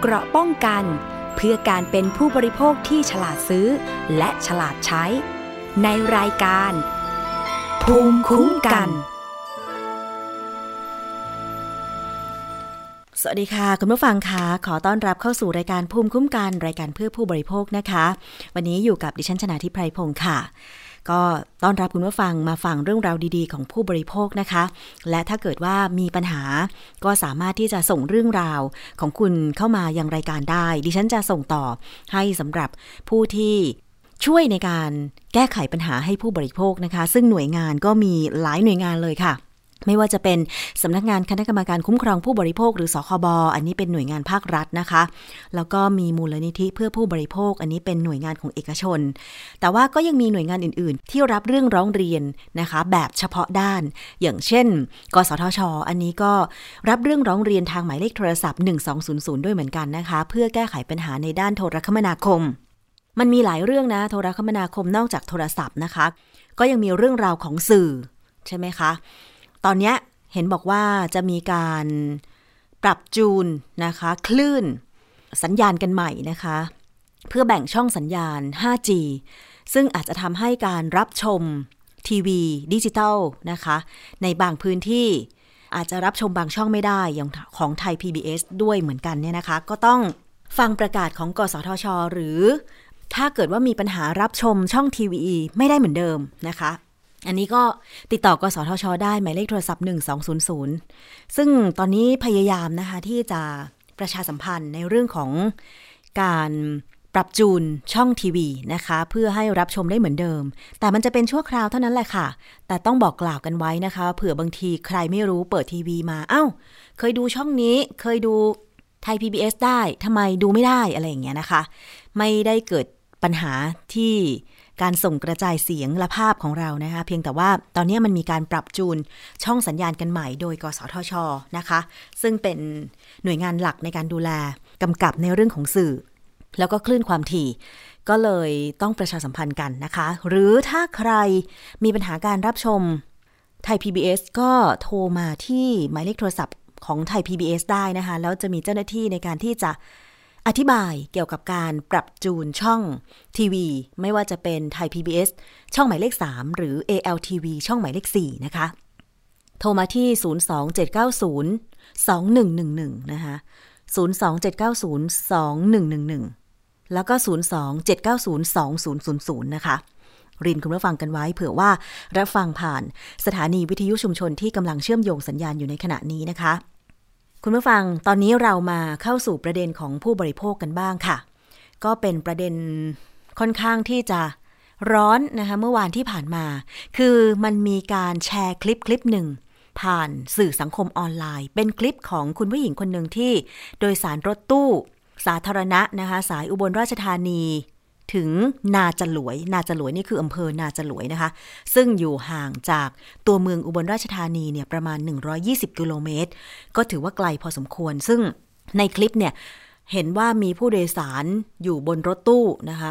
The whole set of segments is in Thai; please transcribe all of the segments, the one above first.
เกราะป้องกันเพื่อการเป็นผู้บริโภคที่ฉลาดซื้อและฉลาดใช้ในรายการภูมิคุ้มกันสวัสดีค่ะคุณผู้ฟังคะขอต้อนรับเข้าสู่รายการภูมิคุ้มกันรายการเพื่อผู้บริโภคนะคะวันนี้อยู่กับดิฉันชนาธิไพรพงศ์ค่ะก็ต้อนรับคุณผู้ฟังมาฟังเรื่องราวดีๆของผู้บริโภคนะคะและถ้าเกิดว่ามีปัญหาก็สามารถที่จะส่งเรื่องราวของคุณเข้ามายังรายการได้ดิฉันจะส่งต่อให้สำหรับผู้ที่ช่วยในการแก้ไขปัญหาให้ผู้บริโภคนะคะซึ่งหน่วยงานก็มีหลายหน่วยงานเลยค่ะไม่ว่าจะเป็นสำนักงานคณะกรรมการคุ้มครองผู้บริโภคหรือสคบอันนี้เป็นหน่วยงานภาครัฐนะคะแล้วก็มีมูลนิธิเพื่อผู้บริโภคอันนี้เป็นหน่วยงานของเอกชนแต่ว่าก็ยังมีหน่วยงานอื่นๆที่รับเรื่องร้องเรียนนะคะแบบเฉพาะด้านอย่างเช่นกสทช.อันนี้ก็รับเรื่องร้องเรียนทางหมายเลขโทรศัพท์1200ด้วยเหมือนกันนะคะเพื่อแก้ไขปัญหาในด้านโทรคมนาคมมันมีหลายเรื่องนะโทรคมนาคมนอกจากโทรศัพท์นะคะก็ยังมีเรื่องราวของสื่อใช่ไหมคะตอนนี้เห็นบอกว่าจะมีการปรับจูนนะคะคลื่นสัญญาณกันใหม่นะคะเพื่อแบ่งช่องสัญญาณ 5G ซึ่งอาจจะทำให้การรับชมทีวีดิจิตอลนะคะในบางพื้นที่อาจจะรับชมบางช่องไม่ได้อย่างของไทย PBS ด้วยเหมือนกันเนี่ยนะคะก็ต้องฟังประกาศของกสทช.หรือถ้าเกิดว่ามีปัญหารับชมช่องทีวีไม่ได้เหมือนเดิมนะคะอันนี้ก็ติดต่อกสทช.ได้หมายเลขโทรศัพท์1200ซึ่งตอนนี้พยายามนะคะที่จะประชาสัมพันธ์ในเรื่องของการปรับจูนช่องทีวีนะคะเพื่อให้รับชมได้เหมือนเดิมแต่มันจะเป็นชั่วคราวเท่านั้นแหละค่ะแต่ต้องบอกกล่าวกันไว้นะคะเผื่อบางทีใครไม่รู้เปิดทีวีมาเคยดูช่องนี้เคยดูไทย PBS ได้ทำไมดูไม่ได้อะไรอย่างเงี้ยนะคะไม่ได้เกิดปัญหาที่การส่งกระจายเสียงและภาพของเรานะคะเพียงแต่ว่าตอนนี้มันมีการปรับจูนช่องสัญญาณกันใหม่โดยกสทช.นะคะซึ่งเป็นหน่วยงานหลักในการดูแลกำกับในเรื่องของสื่อแล้วก็คลื่นความถี่ก็เลยต้องประชาสัมพันธ์กันนะคะหรือถ้าใครมีปัญหาการรับชมไทย PBS ก็โทรมาที่หมายเลขโทรศัพท์ของไทย PBS ได้นะคะแล้วจะมีเจ้าหน้าที่ในการที่จะอธิบายเกี่ยวกับการปรับจูนช่องทีวีไม่ว่าจะเป็นไทย PBS ช่องหมายเลข3หรือ ALTV ช่องหมายเลข4นะคะโทรมาที่027902111นะคะ027902111แล้วก็027902000นะคะเรียนคุณผู้ฟังกันไว้เผื่อว่ารับฟังผ่านสถานีวิทยุชุมชนที่กำลังเชื่อมโยงสัญญาณอยู่ในขณะนี้นะคะคุณผู้ฟังตอนนี้เรามาเข้าสู่ประเด็นของผู้บริโภคกันบ้างค่ะก็เป็นประเด็นค่อนข้างที่จะร้อนนะคะเมื่อวานที่ผ่านมาคือมันมีการแชร์คลิปหนึ่งผ่านสื่อสังคมออนไลน์เป็นคลิปของคุณผู้หญิงคนหนึ่งที่โดยสารรถตู้สาธารณะนะคะสายอุบลราชธานีถึงนาจลวยนี่คืออำเภอนาจลวยนะคะซึ่งอยู่ห่างจากตัวเมืองอุบลราชธานีเนี่ยประมาณ120กิโลเมตรก็ถือว่าไกลพอสมควรซึ่งในคลิปเนี่ยเห็นว่ามีผู้โดยสารอยู่บนรถตู้นะคะ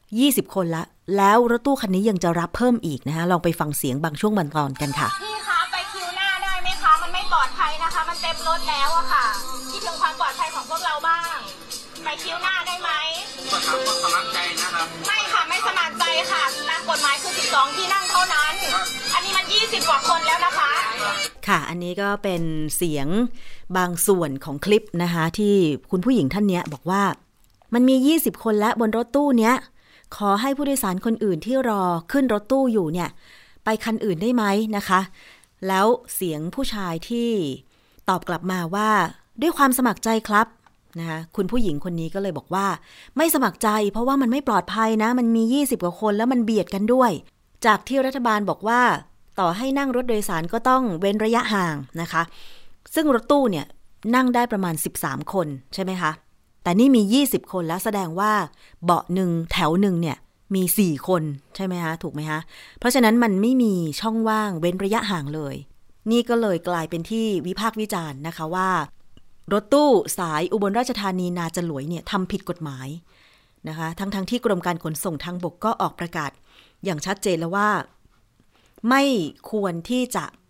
20คนละแล้วรถตู้คันนี้ยังจะรับเพิ่มอีกนะคะลองไปฟังเสียงบางช่วงบางตอนกันค่ะพี่คะไปคิวหน้าได้ไหมคะมันไม่ปลอดภัยนะคะมันเต็มรถแล้วอะค่ะคิดถึงความปลอดภัยของพวกเราบ้างไปคิวหน้าได้ไหมก็ถามว่าสมัครใจนะครับไม่ค่ะไม่สมัครใจค่ะตามกฎหมายคือ12ที่นั่งเท่านั้นอันนี้มัน20กว่าคนแล้วนะคะค่ะอันนี้ก็เป็นเสียงบางส่วนของคลิปนะคะที่คุณผู้หญิงท่านนี้บอกว่ามันมี20คนแล้วบนรถตู้เนี้ยขอให้ผู้โดยสารคนอื่นที่รอขึ้นรถตู้อยู่เนี่ยไปคันอื่นได้ไหมนะคะแล้วเสียงผู้ชายที่ตอบกลับมาว่าด้วยความสมัครใจครับนะคะคุณผู้หญิงคนนี้ก็เลยบอกว่าไม่สมัครใจเพราะว่ามันไม่ปลอดภัยนะมันมี20กว่าคนแล้วมันเบียดกันด้วยจากที่รัฐบาลบอกว่าต่อให้นั่งรถโดยสารก็ต้องเว้นระยะห่างนะคะซึ่งรถตู้เนี่ยนั่งได้ประมาณ13คนใช่ไหมคะแต่นี่มี20คนแล้วแสดงว่าเบาะหนึ่งแถวหนึ่งเนี่ยมี4คนใช่ไหมคะถูกไหมคะเพราะฉะนั้นมันไม่มีช่องว่างเว้นระยะห่างเลยนี่ก็เลยกลายเป็นที่วิพากษ์วิจารณ์นะคะว่ารถตู้สายอุบลราชธานีนาจลวยเนี่ยทำผิดกฎหมายนะคะทั้งที่กรมการขนส่งทางบกก็ออกประกาศอย่างชัดเจนแล้วว่าไม่ควรที่จะ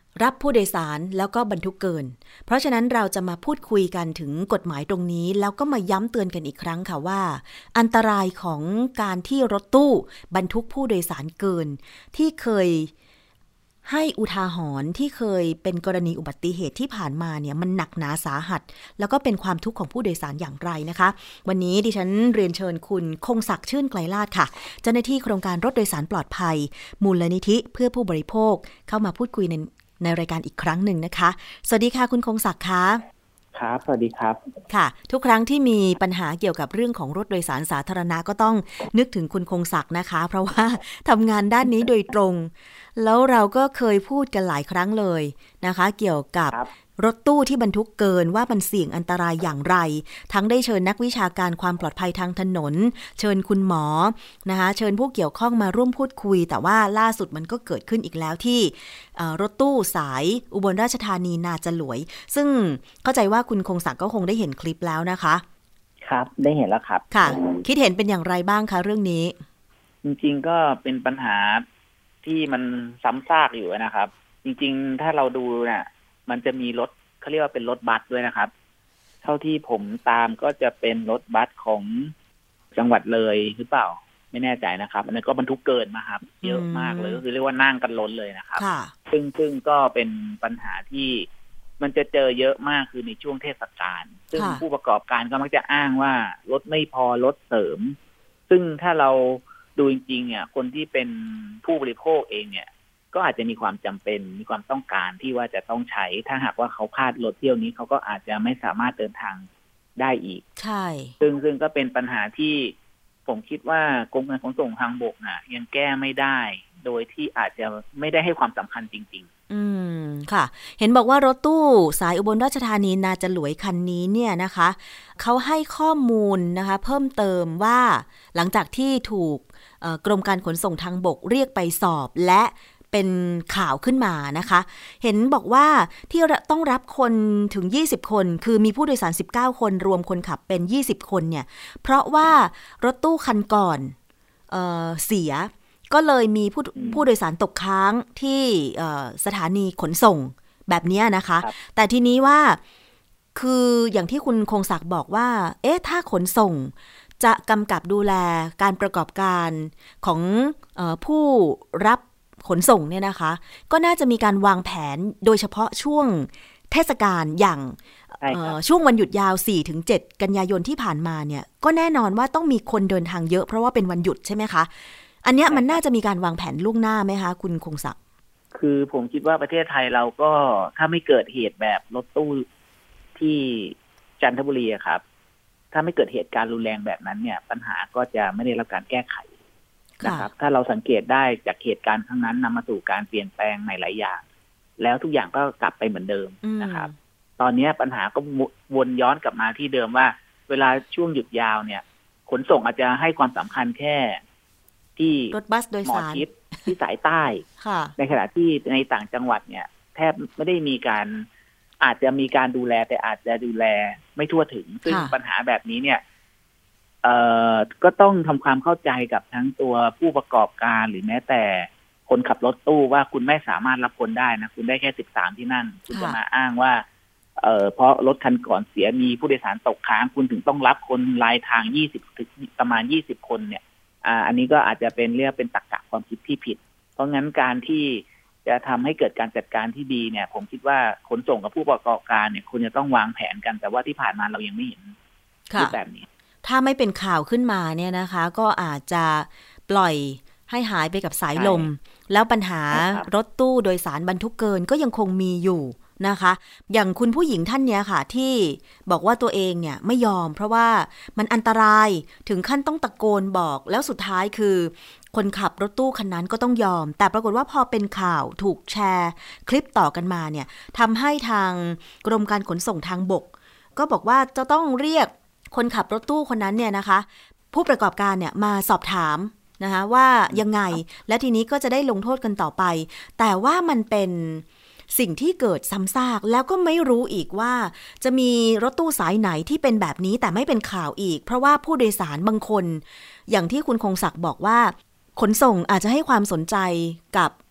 รับผู้โดยสารแล้วก็บรรทุกเกินเพราะฉะนั้นเราจะมาพูดคุยกันถึงกฎหมายตรงนี้แล้วก็มาย้ำเตือนกันอีกครั้งค่ะว่าอันตรายของการที่รถตู้บรรทุกผู้โดยสารเกินที่เคยให้อุทาหรณ์ที่เคยเป็นกรณีอุบัติเหตุที่ผ่านมาเนี่ยมันหนักหนาสาหัสแล้วก็เป็นความทุกข์ของผู้โดยสารอย่างไรนะคะวันนี้ดิฉันเรียนเชิญคุณคงศักดิ์ชื่นไกลลาภค่ะเจ้าหน้าที่โครงการรถโดยสารปลอดภัยมูลนิธิเพื่อผู้บริโภคเข้ามาพูดคุยในรายการอีกครั้งหนึ่งนะคะสวัสดีค่ะคุณคงศักดิ์ค่ะครับสวัสดีครับค่ะทุกครั้งที่มีปัญหาเกี่ยวกับเรื่องของรถโดยสารสาธารณะก็ต้องนึกถึงคุณคงศักดิ์นะคะเพราะว่าทำงานด้านนี้โดยตรงแล้วเราก็เคยพูดกันหลายครั้งเลยนะคะเกี่ยวกับรถตู้ที่บรรทุกเกินว่ามันเสี่ยงอันตรายอย่างไรทั้งได้เชิญนักวิชาการความปลอดภัยทางถนนเชิญคุณหมอนะคะเชิญผู้เกี่ยวข้องมาร่วมพูดคุยแต่ว่าล่าสุดมันก็เกิดขึ้นอีกแล้วที่รถตู้สายอุบลราชธานีนาจลวยซึ่งเข้าใจว่าคุณคงศักดิ์ก็คงได้เห็นคลิปแล้วนะคะครับได้เห็นแล้วครับค่ะคิดเห็นเป็นอย่างไรบ้างคะเรื่องนี้จริงๆก็เป็นปัญหาที่มันซ้ำซากอยู่นะครับจริงๆถ้าเราดูเนี่ยมันจะมีรถเขาเรียกว่าเป็นรถบัสด้วยนะครับเท่าที่ผมตามก็จะเป็นรถบัสของจังหวัดเลยหรือเปล่าไม่แน่ใจนะครับอันนี้ก็บรรทุกเกินมาครับเยอะมากเลยก็คือเรียกว่านั่งกันล้นเลยนะครับซึ่งก็เป็นปัญหาที่มันจะเจอเยอะมากคือในช่วงเทศกาลซึ่งผู้ประกอบการก็มักจะอ้างว่ารถไม่พอรถเสริมซึ่งถ้าเราดูจริงๆเนี่ยคนที่เป็นผู้บริโภคเองเนี่ยก็อาจจะมีความจำเป็นมีความต้องการที่ว่าจะต้องใช้ถ้าหากว่าเขาพลาดรถเที่ยวนี้เขาก็อาจจะไม่สามารถเดินทางได้อีกใช่ซึ่งก็เป็นปัญหาที่ผมคิดว่ากรมการขนส่งทางบกน่ะยังแก้ไม่ได้โดยที่อาจจะไม่ได้ให้ความสำคัญจริงๆค่ะเห็นบอกว่ารถตู้สายอุบลราชธานีนาจลวยคันนี้เนี่ยนะคะเขาให้ข้อมูลนะคะเพิ่มเติมว่าหลังจากที่ถูกกรมการขนส่งทางบกเรียกไปสอบและเป็นข่าวขึ้นมานะคะเห็นบอกว่าที่ต้องรับคนถึง20คนคือมีผู้โดยสาร19คนรวมคนขับเป็น20คนเนี่ยเพราะว่ารถตู้คันก่อนเสียก็เลยมีผู้โดยสารตกค้างที่สถานีขนส่งแบบนี้นะคะแต่ทีนี้ว่าคืออย่างที่คุณคงศักดิ์บอกว่าถ้าขนส่งจะกำกับดูแลการประกอบการของผู้รับขนส่งเนี่ยนะคะก็น่าจะมีการวางแผนโดยเฉพาะช่วงเทศกาลอย่างช่วงวันหยุดยาว 4-7 กันยายนที่ผ่านมาเนี่ยก็แน่นอนว่าต้องมีคนเดินทางเยอะเพราะว่าเป็นวันหยุดใช่ไหมคะอันเนี้ยมันน่าจะมีการวางแผนล่วงหน้าไหมคะคุณคงศักดิ์คือผมคิดว่าประเทศไทยเราก็ถ้าไม่เกิดเหตุแบบรถตู้ที่จันทบุรีครับถ้าไม่เกิดเหตุการณ์รุนแรงแบบนั้นเนี่ยปัญหาก็จะไม่ได้รับการแก้ไขนะครับถ้าเราสังเกตได้จากเหตุการณ์ครั้งนั้นนำมาสู่การเปลี่ยนแปลงในหลายอย่างแล้วทุกอย่างก็กลับไปเหมือนเดิมนะครับตอนนี้ปัญหาก็วนย้อนกลับมาที่เดิมว่าเวลาช่วงหยุดยาวเนี่ยขนส่งอาจจะให้ความสำคัญแค่ที่รถบัสโดยสารที่สายใต้ในขณะที่ในต่างจังหวัดเนี่ยแทบไม่ได้มีการอาจจะมีการดูแลแต่อาจจะดูแลไม่ทั่วถึงซึ่งปัญหาแบบนี้เนี่ยก็ต้องทำความเข้าใจกับทั้งตัวผู้ประกอบการหรือแม้แต่คนขับรถตู้ว่าคุณไม่สามารถรับคนได้นะคุณได้แค่13ที่นั่งคุณจะมาอ้างว่าเพราะรถคันก่อนเสียมีผู้โดยสารตกค้างคุณถึงต้องรับคนรายทาง20ประมาณ20คนเนี่ยอันนี้ก็อาจจะเป็นเรียกเป็นตรรกะความคิดที่ผิดเพราะงั้นการที่จะทำให้เกิดการจัดการที่ดีเนี่ยผมคิดว่าขนส่งกับผู้ประกอบการเนี่ยคุณจะต้องวางแผนกันแต่ว่าที่ผ่านมาเรายังไม่เห็นแบบนี้ถ้าไม่เป็นข่าวขึ้นมาเนี่ยนะคะก็อาจจะปล่อยให้หายไปกับสายลมแล้วปัญหารถตู้โดยสารบรรทุกเกินก็ยังคงมีอยู่นะคะอย่างคุณผู้หญิงท่านเนี้ยค่ะที่บอกว่าตัวเองเนี่ยไม่ยอมเพราะว่ามันอันตรายถึงขั้นต้องตะโกนบอกแล้วสุดท้ายคือคนขับรถตู้คันนั้นก็ต้องยอมแต่ปรากฏว่าพอเป็นข่าวถูกแชร์คลิปต่อกันมาเนี่ยทำให้ทางกรมการขนส่งทางบกก็บอกว่าจะต้องเรียกคนขับรถตู้คนนั้นเนี่ยนะคะผู้ประกอบการเนี่ยมาสอบถามนะคะว่ายังไงและทีนี้ก็จะได้ลงโทษกันต่อไปแต่ว่ามันเป็นสิ่งที่เกิดซ้ำซากแล้วก็ไม่รู้อีกว่าจะมีรถตู้สายไหนที่เป็นแบบนี้แต่ไม่เป็นข่าวอีกเพราะว่าผู้โดยสารบางคนอย่างที่คุณคงศักดิ์บอกว่าขนส่งอาจจะให้ความสนใจกับ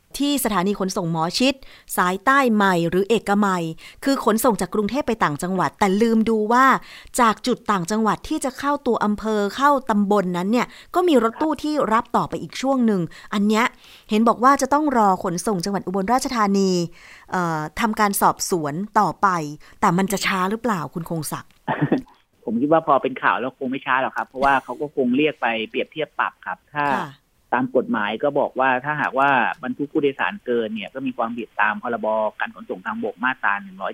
ที่สถานีขนส่งหมอชิตสายใต้ใหม่หรือเอกมัยคือขนส่งจากกรุงเทพไปต่างจังหวัดแต่ลืมดูว่าจากจุดต่างจังหวัดที่จะเข้าตัวอำเภอเข้าตำบลนั้นเนี่ยก็มีรถตู้ที่รับต่อไปอีกช่วงหนึ่งอันเนี้ยเห็นบอกว่าจะต้องรอขนส่งจังหวัดอุบลราชธานีทำการสอบสวนต่อไปแต่มันจะช้าหรือเปล่าคุณคงศักดิ์ผมคิดว่าพอเป็นข่าวแล้วคงไม่ช้าหรอกครับเพราะว่าเขาก็คงเรียกไปเปรียบเทียบปรับครับถ้าตามกฎหมายก็บอกว่าถ้าหากว่าบรรทุกผู้โดยสารเกินเนี่ยก็มีความผิดตามพรบการขนส่งทางบกมาตรา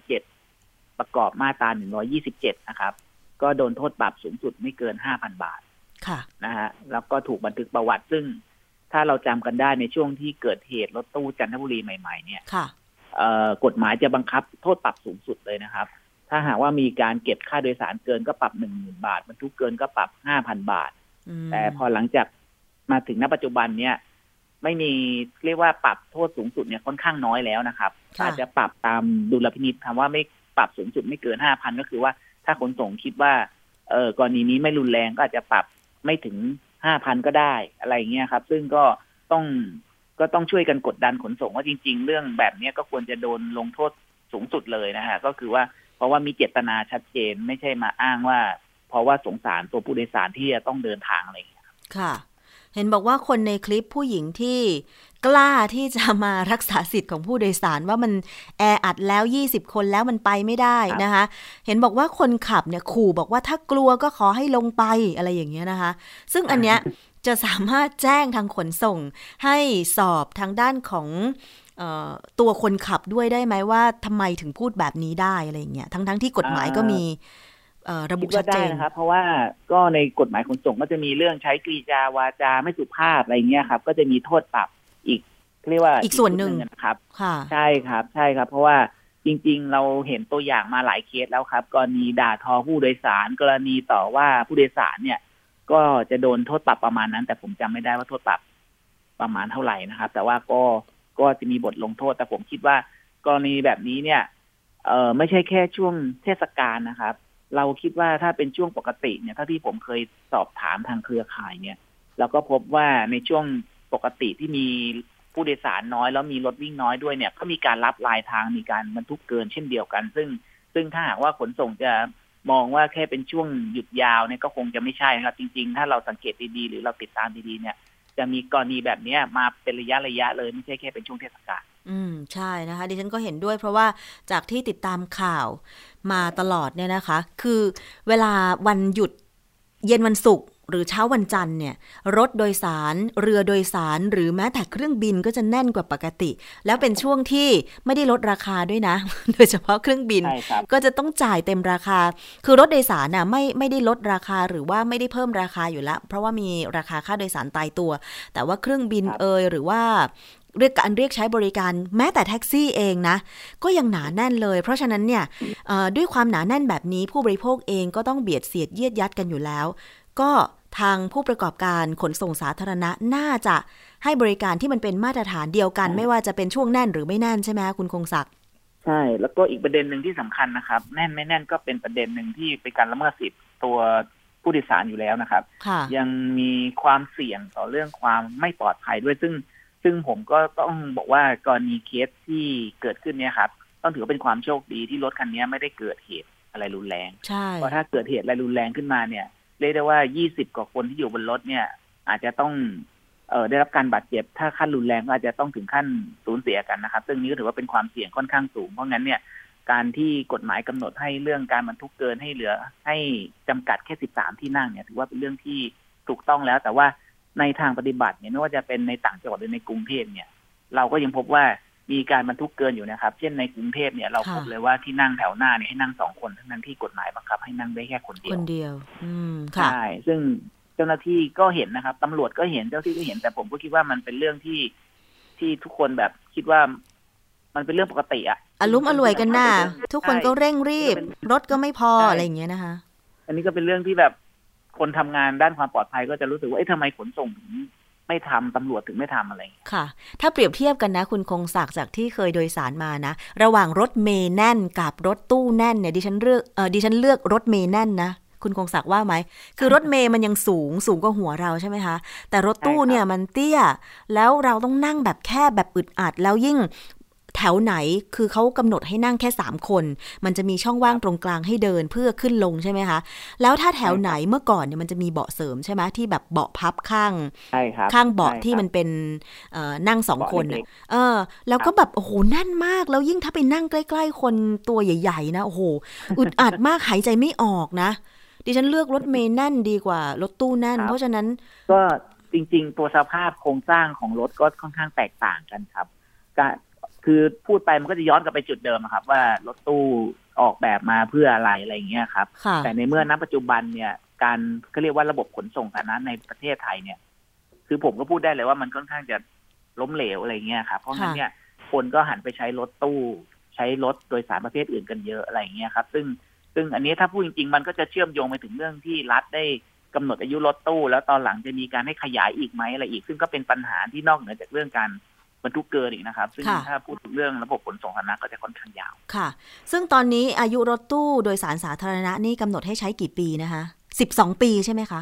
107ประกอบมาตรา127นะครับก็โดนโทษปรับสูงสุดไม่เกิน 5,000 บาทค่ะนะฮะแล้วก็ถูกบันทึกประวัติซึ่งถ้าเราจำกันได้ในช่วงที่เกิดเหตุรถตู้จันทบุรีใหม่ๆเนี่ยกฎหมายจะบังคับโทษปรับสูงสุดเลยนะครับถ้าหากว่ามีการเก็บค่าโดยสารเกินก็ปรับ 10,000 บาทบรรทุกเกินก็ปรับ 5,000 บาทแต่พอหลังจากมาถึงณปัจจุบันเนี่ยไม่มีเรียกว่าปรับโทษสูงสุดเนี่ยค่อนข้างน้อยแล้วนะครับอาจจะปรับตามดุลพินิจคำว่าไม่ปรับสูงสุดไม่เกิน 5,000 ก็คือว่าถ้าขนส่งคิดว่ากรณีนี้ไม่รุนแรงก็อาจจะปรับไม่ถึง 5,000 ก็ได้อะไรอย่างเงี้ยครับซึ่งก็ต้องช่วยกันกดดันขนส่งว่าจริงๆเรื่องแบบนี้ก็ควรจะโดนลงโทษสูงสุดเลยนะฮะก็คือว่าเพราะว่ามีเจตนาชัดเจนไม่ใช่มาอ้างว่าเพราะว่าสงสารตัวผู้โดยสารที่จะต้องเดินทางอะไรอย่างเงี้ยค่ะเห็นบอกว่าคนในคลิปผู้หญิงที่กล้าที่จะมารักษาสิทธิ์ของผู้โดยสารว่ามันแออัดแล้ว20คนแล้วมันไปไม่ได้นะคะเห็นบอกว่าคนขับเนี่ยขู่บอกว่าถ้ากลัวก็ขอให้ลงไปอะไรอย่างเงี้ยนะคะซึ่งอันเนี้ยจะสามารถแจ้งทางขนส่งให้สอบทางด้านของตัวคนขับด้วยได้ไหมว่าทำไมถึงพูดแบบนี้ได้อะไรอย่างเงี้ยทั้งที่กฎหมายก็มีระบุชัดเจนนะครับเพราะว่าก็ในกฎหมายขนส่งก็จะมีเรื่องใช้กริยาวาจาไม่สุภาพอะไรเงี้ยครับก็จะมีโทษปรับอีกเรียกว่าอีกส่วนหนึ่งนะครับใช่ครับเพราะว่าจริงๆเราเห็นตัวอย่างมาหลายเคสแล้วครับกรณีด่าทอผู้โดยสารกรณีต่อว่าผู้โดยสารเนี่ยก็จะโดนโทษปรับประมาณนั้นแต่ผมจำไม่ได้ว่าโทษปรับประมาณเท่าไหร่นะครับแต่ว่าก็จะมีบทลงโทษแต่ผมคิดว่ากรณีแบบนี้เนี่ยไม่ใช่แค่ช่วงเทศกาลนะครับเราคิดว่าถ้าเป็นช่วงปกติเนี่ยถ้าที่ผมเคยสอบถามทางเครือข่ายเนี่ยเราก็พบว่าในช่วงปกติที่มีผู้โดยสารน้อยแล้วมีรถวิ่งน้อยด้วยเนี่ยก็มีการรับลายทางมีการบรรทุกเกินเช่นเดียวกันซึ่งถ้าหากว่าขนส่งจะมองว่าแค่เป็นช่วงหยุดยาวเนี่ยก็คงจะไม่ใช่ครับจริงๆถ้าเราสังเกตดีๆหรือเราติดตามดีๆเนี่ยจะมีกรณีแบบนี้มาเป็นระยะเลยไม่ใช่แค่เป็นช่วงเทศกาลใช่นะคะดิฉันก็เห็นด้วยเพราะว่าจากที่ติดตามข่าวมาตลอดเนี่ยนะคะคือเวลาวันหยุดเย็นวันศุกร์หรือเช้าวันจันทร์เนี่ยรถโดยสารเรือโดยสารหรือแม้แต่เครื่องบินก็จะแน่นกว่าปกติแล้วเป็นช่วงที่ไม่ได้ลดราคาด้วยนะ โดยเฉพาะเครื่องบินก็จะต้องจ่ายเต็มราคาคือรถโดยสารน่ะไม่ได้ลดราคาหรือว่าไม่ได้เพิ่มราคาอยู่แล้วเพราะว่ามีราคาค่าโดยสารตายตัวแต่ว่าเครื่องบินหรือว่าเรียกใช้บริการแม้แต่แท็กซี่เองนะก็ยังหนาแน่นเลยเพราะฉะนั้นเนี่ยด้วยความหนาแน่นแบบนี้ผู้บริโภคเองก็ต้องเบียดเสียดเยียดยัดกันอยู่แล้วก็ทางผู้ประกอบการขนส่งสาธารณะน่าจะให้บริการที่มันเป็นมาตรฐานเดียวกันไม่ว่าจะเป็นช่วงแน่นหรือไม่แน่นใช่ไหมคุณคงศักดิ์ใช่แล้วก็อีกประเด็นหนึ่งที่สำคัญนะครับแน่นไม่แน่นก็เป็นประเด็นหนึ่งที่เป็นการละเมิดสิทธิ์ตัวผู้โดยสารอยู่แล้วนะครับยังมีความเสี่ยงต่อเรื่องความไม่ปลอดภัยด้วยซึ่งผมก็ต้องบอกว่ากรณีเคสที่เกิดขึ้นเนี่ยครับต้องถือว่าเป็นความโชคดีที่รถคันนี้ไม่ได้เกิดเหตุอะไรรุนแรงเพราะถ้าเกิดเหตุอะไรรุนแรงขึ้นมาเนี่ยเรียกได้ว่า20กว่าคนที่อยู่บนรถเนี่ยอาจจะต้องได้รับการบาดเจ็บถ้าขั้นรุนแรงก็อาจจะต้องถึงขั้นสูญเสียกันนะครับซึ่งนี้ก็ถือว่าเป็นความเสี่ยงค่อนข้างสูงเพราะงั้นเนี่ยการที่กฎหมายกำหนดให้เรื่องการบรรทุกเกินให้เหลือให้จำกัดแค่13ที่นั่งเนี่ยถือว่าเป็นเรื่องที่ถูกต้องแล้วแต่ว่าในทางปฏิบัติเนี่ยไม่ว่าจะเป็นในต่างจังหวัดหรือในกรุงเทพเนี่ยเราก็ยังพบว่ามีการบรรทุกเกินอยู่นะครับเช่นในกรุงเทพเนี่ยเราพบเลยว่าที่นั่งแถวหน้าเนี่ยให้นั่ง2คนทั้งนั้นที่กฎหมายบังคับให้นั่งได้แค่คนเดียวใช่ซึ่งเจ้าหน้าที่ก็เห็นนะครับตำรวจก็เห็นเจ้าที่ก็เห็นแต่ผมก็คิดว่ามันเป็นเรื่องที่ทุกคนแบบคิดว่ามันเป็นเรื่องปกติอะอลุ้มอร่วยกันหน้าทุกคนก็เร่งรีบรถก็ไม่พออะไรอย่างเงี้ยนะคะอันนี้ก็เป็นเรื่องที่แบบคนทำงานด้านความปลอดภัยก็จะรู้สึกว่าทำไมขนส่งถึงไม่ทำตำรวจถึงไม่ทำอะไรค่ะถ้าเปรียบเทียบกันนะคุณคงศักดิ์จากที่เคยโดยสารมานะระหว่างรถเมล์แน่นกับรถตู้แน่นเนี่ยดิฉันเลือกรถเมล์แน่นนะคุณคงศักดิ์ว่าไหมคือรถเมล์มันยังสูงกว่าหัวเราใช่ไหมคะแต่รถตู้เนี่ยมันเตี้ยแล้วเราต้องนั่งแบบแคบแบบอึดอัดแล้วยิ่งแถวไหนคือเขากำหนดให้นั่งแค่3คนมันจะมีช่องว่างตรงกลางให้เดินเพื่อขึ้นลงใช่ไหมคะแล้วถ้าแถวไหนเมื่อก่อนเนี่ยมันจะมีเบาะเสริมใช่ไหมที่แบบเบาะพับข้างเบาะที่มันเป็นนั่ง2คนแล้วก็แบบโอ้โหแน่นมากแล้วยิ่งถ้าไปนั่งใกล้ๆคนตัวใหญ่ๆนะโอ้โหอึดอัดมากหายใจไม่ออกนะดิฉันเลือกรถเมล์แน่นดีกว่ารถตู้แน่นเพราะฉะนั้นก็จริงๆตัวสภาพโครงสร้างของรถก็ค่อนข้างแตกต่างกันครับคือพูดไปมันก็จะย้อนกลับไปจุดเดิมครับว่ารถตู้ออกแบบมาเพื่ออะไรอย่างเงี้ยครับแต่ในเมื่อณปัจจุบันเนี่ยการเขาเรียกว่าระบบขนส่งสาธารณะในประเทศไทยเนี่ยคือผมก็พูดได้เลยว่ามันค่อนข้างจะล้มเหลวอะไรเงี้ยครับเพราะงั้นเนี่ยคนก็หันไปใช้รถตู้ใช้รถโดยสารประเภทอื่นกันเยอะอะไรเงี้ยครับซึ่งอันนี้ถ้าพูดจริงๆมันก็จะเชื่อมโยงไปถึงเรื่องที่รัฐได้กำหนดอายุรถตู้แล้วตอนหลังจะมีการให้ขยายอีกไหมอะไรอีกซึ่งก็เป็นปัญหาที่นอกเหนือจากเรื่องการบรรทุกเกินอีกนะครับซึ่งถ้าพูดถึงเรื่องระบบขนส่งสาธารณะก็จะค่อนข้างยาวค่ะซึ่งตอนนี้อายุรถตู้โดยสารสาธารณะนี่กำหนดให้ใช้กี่ปีนะคะ12 ปีใช่ไหมคะ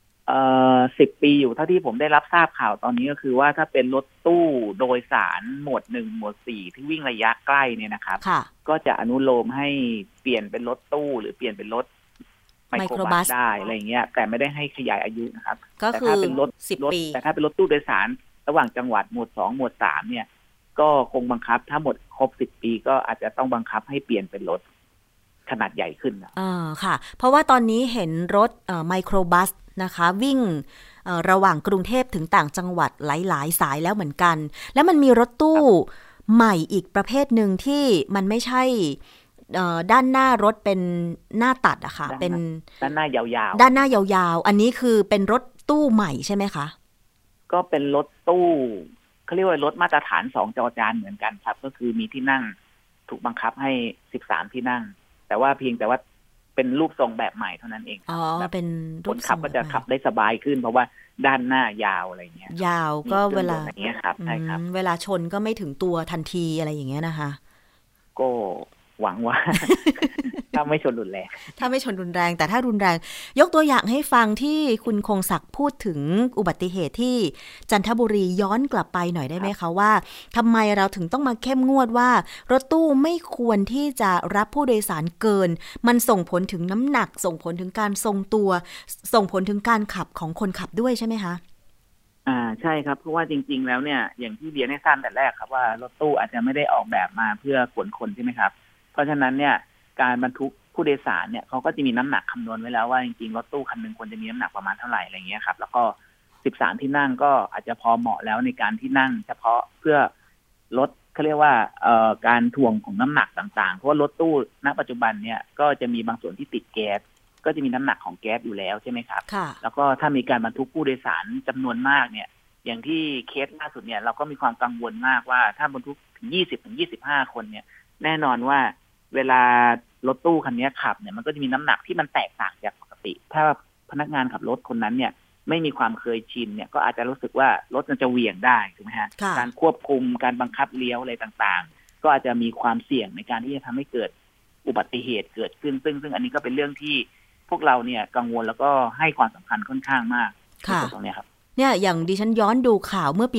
10 ปีอยู่เท่าที่ผมได้รับทราบข่าวตอนนี้ก็คือว่าถ้าเป็นรถตู้โดยสารหมวด1หมวด4ที่วิ่งระยะใกล้เนี่ยนะครับก็จะอนุโลมให้เปลี่ยนเป็นรถตู้หรือเปลี่ยนเป็นรถไมโครบัสได้อะไรเงี้ยแต่ไม่ได้ให้ขยายอายุนะครับก็คือ10 ปีแต่ถ้าเป็นรถตู้โดยสารระหว่างจังหวัดหมวด2หมวด3เนี่ยก็คงบังคับถ้าหมดครบ10 ปีก็อาจจะต้องบังคับให้เปลี่ยนเป็นรถขนาดใหญ่ขึ้นค่ะเพราะว่าตอนนี้เห็นรถไมโครบัสนะคะวิ่งระหว่างกรุงเทพถึงต่างจังหวัดหลายๆสายแล้วเหมือนกันแล้วมันมีรถตู้ใหม่อีกประเภทหนึ่งที่มันไม่ใช่ด้านหน้ารถเป็นหน้าตัดอะค่ะเป็นด้านหน้ายาวๆด้านหน้ายาวๆอันนี้คือเป็นรถตู้ใหม่ใช่ไหมคะก็เป็นรถตู้เขาเรียกว่ารถมาตรฐาน2 จอจานเหมือนกันครับก็คือมีที่นั่งถูกบังคับให้13 ที่นั่งแต่ว่าเพียงแต่ว่าเป็นรูปทรงแบบใหม่เท่านั้นเองเป็นคนขับก็จะขับได้สบายขึ้นเพราะว่าด้านหน้ายาวอะไรเงี้ยยาวก็เวลาอย่างเงี้ยครับใช่ครับเวลาชนก็ไม่ถึงตัวทันทีอะไรอย่างเงี้ยนะคะก็หวังว่าถ้าไม่ชนรุนแรงแต่ถ้ารุนแรงยกตัวอย่างให้ฟังที่คุณคงศักดิ์พูดถึงอุบัติเหตุที่จันทบุรีย้อนกลับไปหน่อยได้ไหมคะว่าทำไมเราถึงต้องมาเข้มงวดว่ารถตู้ไม่ควรที่จะรับผู้โดยสารเกินมันส่งผลถึงน้ำหนักส่งผลถึงการทรงตัวส่งผลถึงการขับของคนขับด้วยใช่ไหมคะใช่ครับเพราะว่าจริงๆแล้วเนี่ยอย่างที่เรียนให้ทราบแต่แรกครับว่ารถตู้อาจจะไม่ได้ออกแบบมาเพื่อขนคนใช่ไหมครับเพราะฉะนั้นเนี่ยการบรรทุกผู้โดยสารเนี่ยเขาก็จะมีน้ำหนักคำนวณไว้แล้วว่าจริงๆรถตู้คันนึงควรจะมีน้ำหนักประมาณเท่าไหร่อะไรเงี้ยครับแล้วก็13 ที่นั่งก็อาจจะพอเหมาะแล้วในการที่นั่งเฉพาะเพื่อลดเขาเรียกว่าการถ่วงของน้ำหนักต่างๆเพราะว่ารถตู้ณปัจจุบันเนี่ยก็จะมีบางส่วนที่ติดแก๊สก็จะมีน้ำหนักของแก๊สอยู่แล้วใช่ไหมครับแล้วก็ถ้ามีการบรรทุกผู้โดยสารจำนวนมากเนี่ยอย่างที่เคสล่าสุดเนี่ยเราก็มีความกังวลมากว่าถ้าบรรทุกถึง20-25 คนเนี่ยแน่นอนว่าเวลารถตู้คันนี้ขับเนี่ยมันก็จะมีน้ำหนักที่มันแตกต่างจากปกติถ้าพนักงานขับรถคนนั้นเนี่ยไม่มีความเคยชินเนี่ยก็อาจจะรู้สึกว่ารถมันจะเหวี่ยงได้ถูกไหมฮะการควบคุมการบังคับเลี้ยวอะไรต่างๆก็อาจจะมีความเสี่ยงในการที่จะทำให้เกิดอุบัติเหตุเกิดขึ้นซึ่งอันนี้ก็เป็นเรื่องที่พวกเราเนี่ยกังวลแล้วก็ให้ความสำคัญค่อนข้างมากตรงนี้ครับเนี่ยอย่างดิฉันย้อนดูข่าวเมื่อปี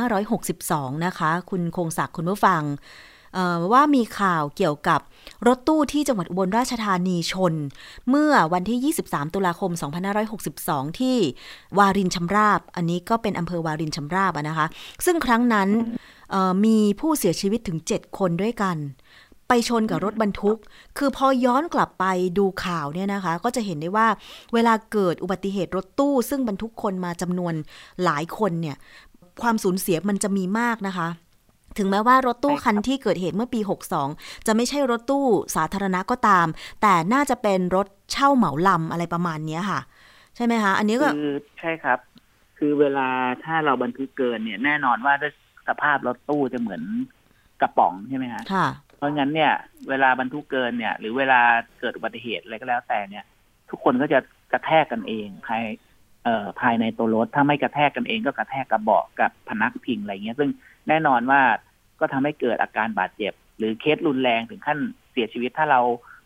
2562นะคะคุณคงศักดิ์คุณผู้ฟังว่ามีข่าวเกี่ยวกับรถตู้ที่จังหวัดอุบลราชธานีชนเมื่อวันที่23 ตุลาคม 2562ที่วารินชำราบอันนี้ก็เป็นอำเภอวารินชำราบนะคะซึ่งครั้งนั้นมีผู้เสียชีวิตถึง7 คนด้วยกันไปชนกับรถบรรทุกคือพอย้อนกลับไปดูข่าวเนี่ยนะคะก็จะเห็นได้ว่าเวลาเกิดอุบัติเหตุรถตู้ซึ่งบรรทุกคนมาจำนวนหลายคนเนี่ยความสูญเสียมันจะมีมากนะคะถึงแม้ว่ารถตู้คันที่เกิดเหตุเมื่อปี62จะไม่ใช่รถตู้สาธารณะก็ตามแต่น่าจะเป็นรถเช่าเหมาลำอะไรประมาณนี้ค่ะใช่ไหมคะอันนี้ก็ใช่ครับคือเวลาถ้าเราบรรทุกเกินเนี่ยแน่นอนว่าด้วยสภาพรถตู้จะเหมือนกระป๋องใช่ไหมคะค่ะเพราะงั้นเนี่ยเวลาบรรทุกเกินเนี่ยหรือเวลาเกิดอุบัติเหตุอะไรก็แล้วแต่เนี่ยทุกคนก็จะกระแทกกันเองภายในตัวรถถ้าไม่กระแทกกันเองก็กระแทกกับเบาะกับพนักพิงอะไรเงี้ยซึ่งแน่นอนว่าก็ทำให้เกิดอาการบาดเจ็บหรือเคสรุนแรงถึงขั้นเสียชีวิตถ้าเรา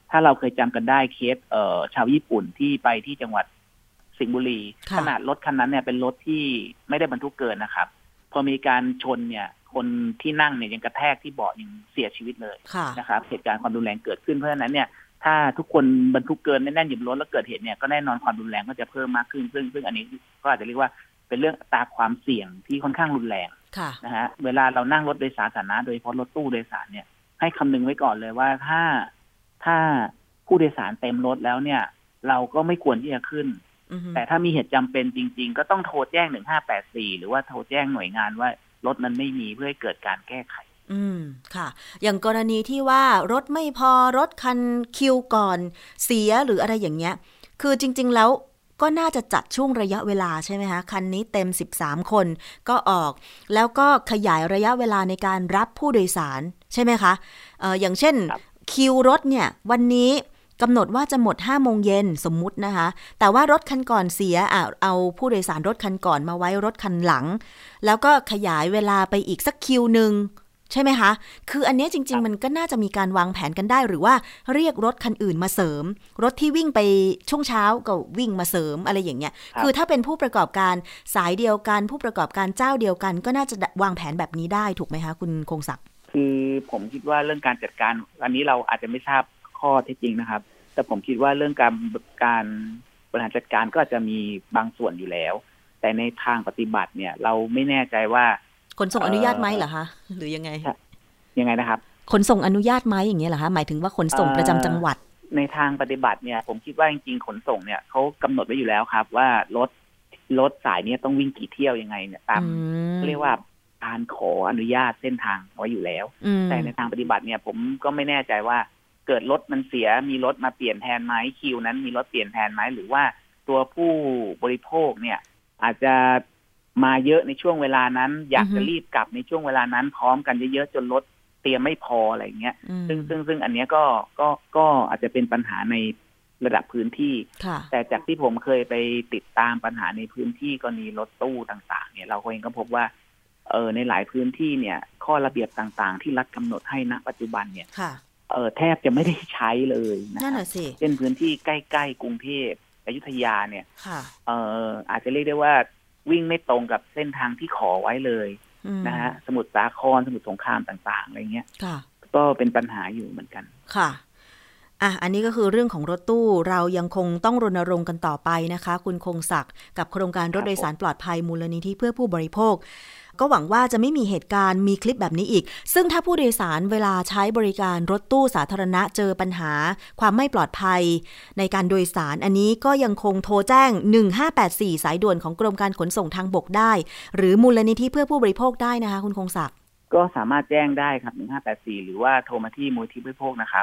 ถ้าเราเคยจำกันได้เคสชาวญี่ปุ่นที่ไปที่จังหวัดสิงห์บุรีขนาดรถคันนั้นเนี่ยเป็นรถที่ไม่ได้บรรทุกเกินนะครับพอมีการชนเนี่ยคนที่นั่งเนี่ยยังกระแทกที่เบาะยังเสียชีวิตเลยนะครับเหตุการณ์ความรุนแรงเกิดขึ้นเพราะฉะนั้นเนี่ยถ้าทุกคนบรรทุกเกินแน่นๆอยู่บนรถแล้วเกิดเหตุเนี่ยก็แน่นอนความรุนแรงก็จะเพิ่มมากขึ้นซึ่งอันนี้ก็อาจจะเรียกว่าเป็นเรื่องอัตราความเสี่ยงที่ค่อนข้างรุนแรงนะฮะเวลาเรานั่งรถโดยสารสาธารณะโดยเฉพาะรถตู้โดยสารเนี่ยให้คำนึงไว้ก่อนเลยว่าถ้าผู้โดยสารเต็มรถแล้วเนี่ยเราก็ไม่ควรที่จะขึ้นแต่ถ้ามีเหตุจำเป็นจริงๆก็ต้องโทรแจ้ง1584หรือว่าโทรแจ้งหน่วยงานว่ารถนั้นไม่มีเพื่อให้เกิดการแก้ไขค่ะอย่างกรณีที่ว่ารถไม่พอรถคันคิวก่อนเสียหรืออะไรอย่างเงี้ยคือจริงๆแล้วก็น่าจะจัดช่วงระยะเวลาใช่ไหมคะคันนี้เต็ม13คนก็ออกแล้วก็ขยายระยะเวลาในการรับผู้โดยสารใช่ไหมคะอย่างเช่นคิวรถเนี่ยวันนี้กำหนดว่าจะหมด 5 โมงเย็นสมมุตินะคะแต่ว่ารถคันก่อนเสียเอาผู้โดยสารรถคันก่อนมาไว้รถคันหลังแล้วก็ขยายเวลาไปอีกสักคิวนึงใช่ไหมคะคืออันนี้จริงๆมันก็น่าจะมีการวางแผนกันได้หรือว่าเรียกรถคันอื่นมาเสริมรถที่วิ่งไปช่วงเช้าก็วิ่งมาเสริมอะไรอย่างเงี้ยคือถ้าเป็นผู้ประกอบการสายเดียวกันผู้ประกอบการเจ้าเดียวกันก็น่าจะวางแผนแบบนี้ได้ถูกไหมคะคุณคงศักดิ์คือผมคิดว่าเรื่องการจัดการอันนี้เราอาจจะไม่ทราบข้อเท็จจริงนะครับแต่ผมคิดว่าเรื่องการบริหารจัดการก็จะมีบางส่วนอยู่แล้วแต่ในทางปฏิบัติเนี่ยเราไม่แน่ใจว่าขนส่งอนุญาตไหมเหรอคะหรือยังไงนะครับขนส่งอนุญาตไหมอย่างเงี้ยเหรอคะหมายถึงว่าขนส่งประจำจังหวัดในทางปฏิบัติเนี่ยผมคิดว่าจริงๆขนส่งเนี่ยเขากำหนดไว้อยู่แล้วครับว่ารถสายนี้ต้องวิ่งกี่เที่ยวยังไงเนี่ยตามเรียกว่าการขออนุญาตเส้นทางไว้อยู่แล้วแต่ในทางปฏิบัติเนี่ยผมก็ไม่แน่ใจว่าเกิดรถมันเสียมีรถมาเปลี่ยนแทนไหมคิวนั้นมีรถเปลี่ยนแทนไหมหรือว่าตัวผู้บริโภคเนี่ยอาจจะมาเยอะในช่วงเวลานั้นอยากจะรีบกลับในช่วงเวลานั้นพร้อมกันเยอะๆจนรถเตรียมไม่พออะไรเงี้ยซึ่งอันนี้ก็อาจจะเป็นปัญหาในระดับพื้นที่แต่จากที่ผมเคยไปติดตามปัญหาในพื้นที่กรณีรถตู้ต่างๆเนี่ยเราเองก็พบว่าในหลายพื้นที่เนี่ยข้อระเบียบต่างๆที่รัฐกำหนดให้ณปัจจุบันเนี่ยแทบจะไม่ได้ใช้เลยนะครับเช่นพื้นที่ใกล้ๆกรุงเทพอยุธยาเนี่ยอาจจะเรียกได้ว่าวิ่งไม่ตรงกับเส้นทางที่ขอไว้เลยนะฮะสมุทรสาครสมุทรสงครามต่างๆอะไรเงี้ยก็เป็นปัญหาอยู่เหมือนกันค่ะอันนี้ก็คือเรื่องของรถตู้เรายังคงต้องรณรงค์กันต่อไปนะคะคุณคงศักดิ์กับโครงการรถโดยสารปลอดภัยมูลนิธิเพื่อผู้บริโภคก็หวังว่าจะไม่มีเหตุการณ์มีคลิปแบบนี้อีกซึ่งถ้าผู้โดยสารเวลาใช้บริการรถตู้สาธารณะเจอปัญหาความไม่ปลอดภัยในการโดยสารอันนี้ก็ยังคงโทรแจ้ง1584สายด่วนของกรมการขนส่งทางบกได้หรือมูลนิธิเพื่อผู้บริโภคได้นะคะคุณคงศักดิ์ก็สามารถแจ้งได้ครับ1584หรือว่าโทรมาที่มูลนิธิผู้บริโภคนะครับ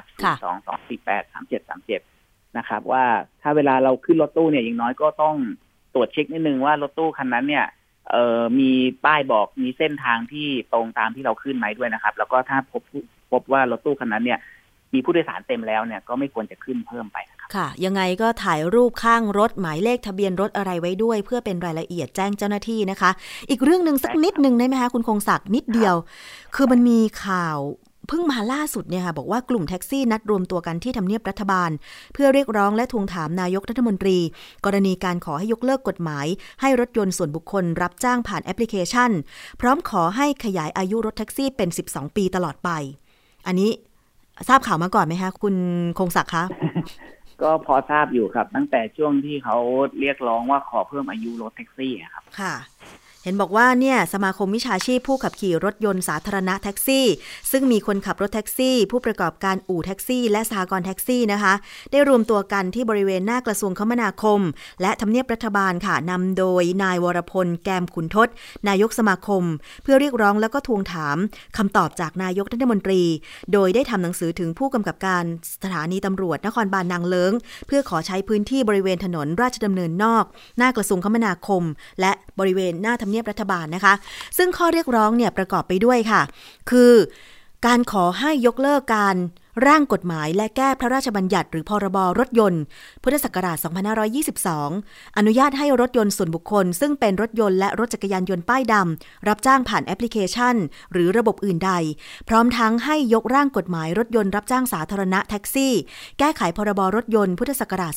022483737นะครับว่าถ้าเวลาเราขึ้นรถตู้เนี่ยอย่างน้อยก็ต้องตรวจเช็คนิดนึงว่ารถตู้คันนั้นเนี่ยมีป้ายบอกมีเส้นทางที่ตรงตามที่เราขึ้นไหมด้วยนะครับแล้วก็ถ้าพบว่ารถตู้คันนั้นเนี่ยมีผู้โดยสารเต็มแล้วเนี่ยก็ไม่ควรจะขึ้นเพิ่มไปนะครับค่ะยังไงก็ถ่ายรูปข้างรถหมายเลขทะเบียนรถอะไรไว้ด้วยเพื่อเป็นรายละเอียดแจ้งเจ้าหน้าที่นะคะอีกเรื่องนึงสักนิดนึงได้ไหมคะคุณคงศักดิ์นิดเดียวคือมันมีข่าวเพิ่งมาล่าสุดเนี่ยค่ะบอกว่ากลุ่มแท็กซี่นัดรวมตัวกันที่ทำเนียบรัฐบาลเพื่อเรียกร้องและทวงถามนายกรัฐมนตรีกรณีการขอให้ยกเลิกกฎหมายให้รถยนต์ส่วนบุคคลรับจ้างผ่านแอปพลิเคชันพร้อมขอให้ขยายอายุรถแท็กซี่เป็น12ปีตลอดไปอันนี้ทราบข่าวมาก่อนไหมคะคุณคงศักดิ์คะก็พอทราบอยู่ครับตั้งแต่ช่วงที่เขาเรียกร้องว่าขอเพิ่มอายุรถแท็กซี่ครับค่ะเห็นบอกว่าเนี่ยสมาคมวิชาชีพผู้ขับขี่รถยนต์สาธารณะแท็กซี่ซึ่งมีคนขับรถแท็กซี่ผู้ประกอบการอู่แท็กซี่และสหกรณ์แท็กซี่นะคะได้รวมตัวกันที่บริเวณหน้ากระทรวงคมนาคมและทำเนียบรัฐบาลค่ะนำโดยนายวรพลแกมขุนทศนายกสมาคมเพื่อเรียกร้องแล้วก็ทวงถามคำตอบจากนายกรัฐมนตรีโดยได้ทำหนังสือถึงผู้กำกับการสถานีตำรวจนครบาลนางเลิ้งเพื่อขอใช้พื้นที่บริเวณถนนราชดำเนินนอกหน้ากระทรวงคมนาคมและบริเวณหน้าทำเนียบรัฐบาลนะคะซึ่งข้อเรียกร้องเนี่ยประกอบไปด้วยค่ะคือการขอให้ยกเลิกการร่างกฎหมายและแก้พระราชบัญญัติหรือพรบรถยนต์พุทธศักราช 2522 อนุญาตให้รถยนต์ส่วนบุคคลซึ่งเป็นรถยนต์และรถจักรยานยนต์ป้ายดำรับจ้างผ่านแอปพลิเคชันหรือระบบอื่นใดพร้อมทั้งให้ยกร่างกฎหมายรถยนต์รับจ้างสาธารณะแท็กซี่แก้ไขพรบรถยนต์พุทธศักราช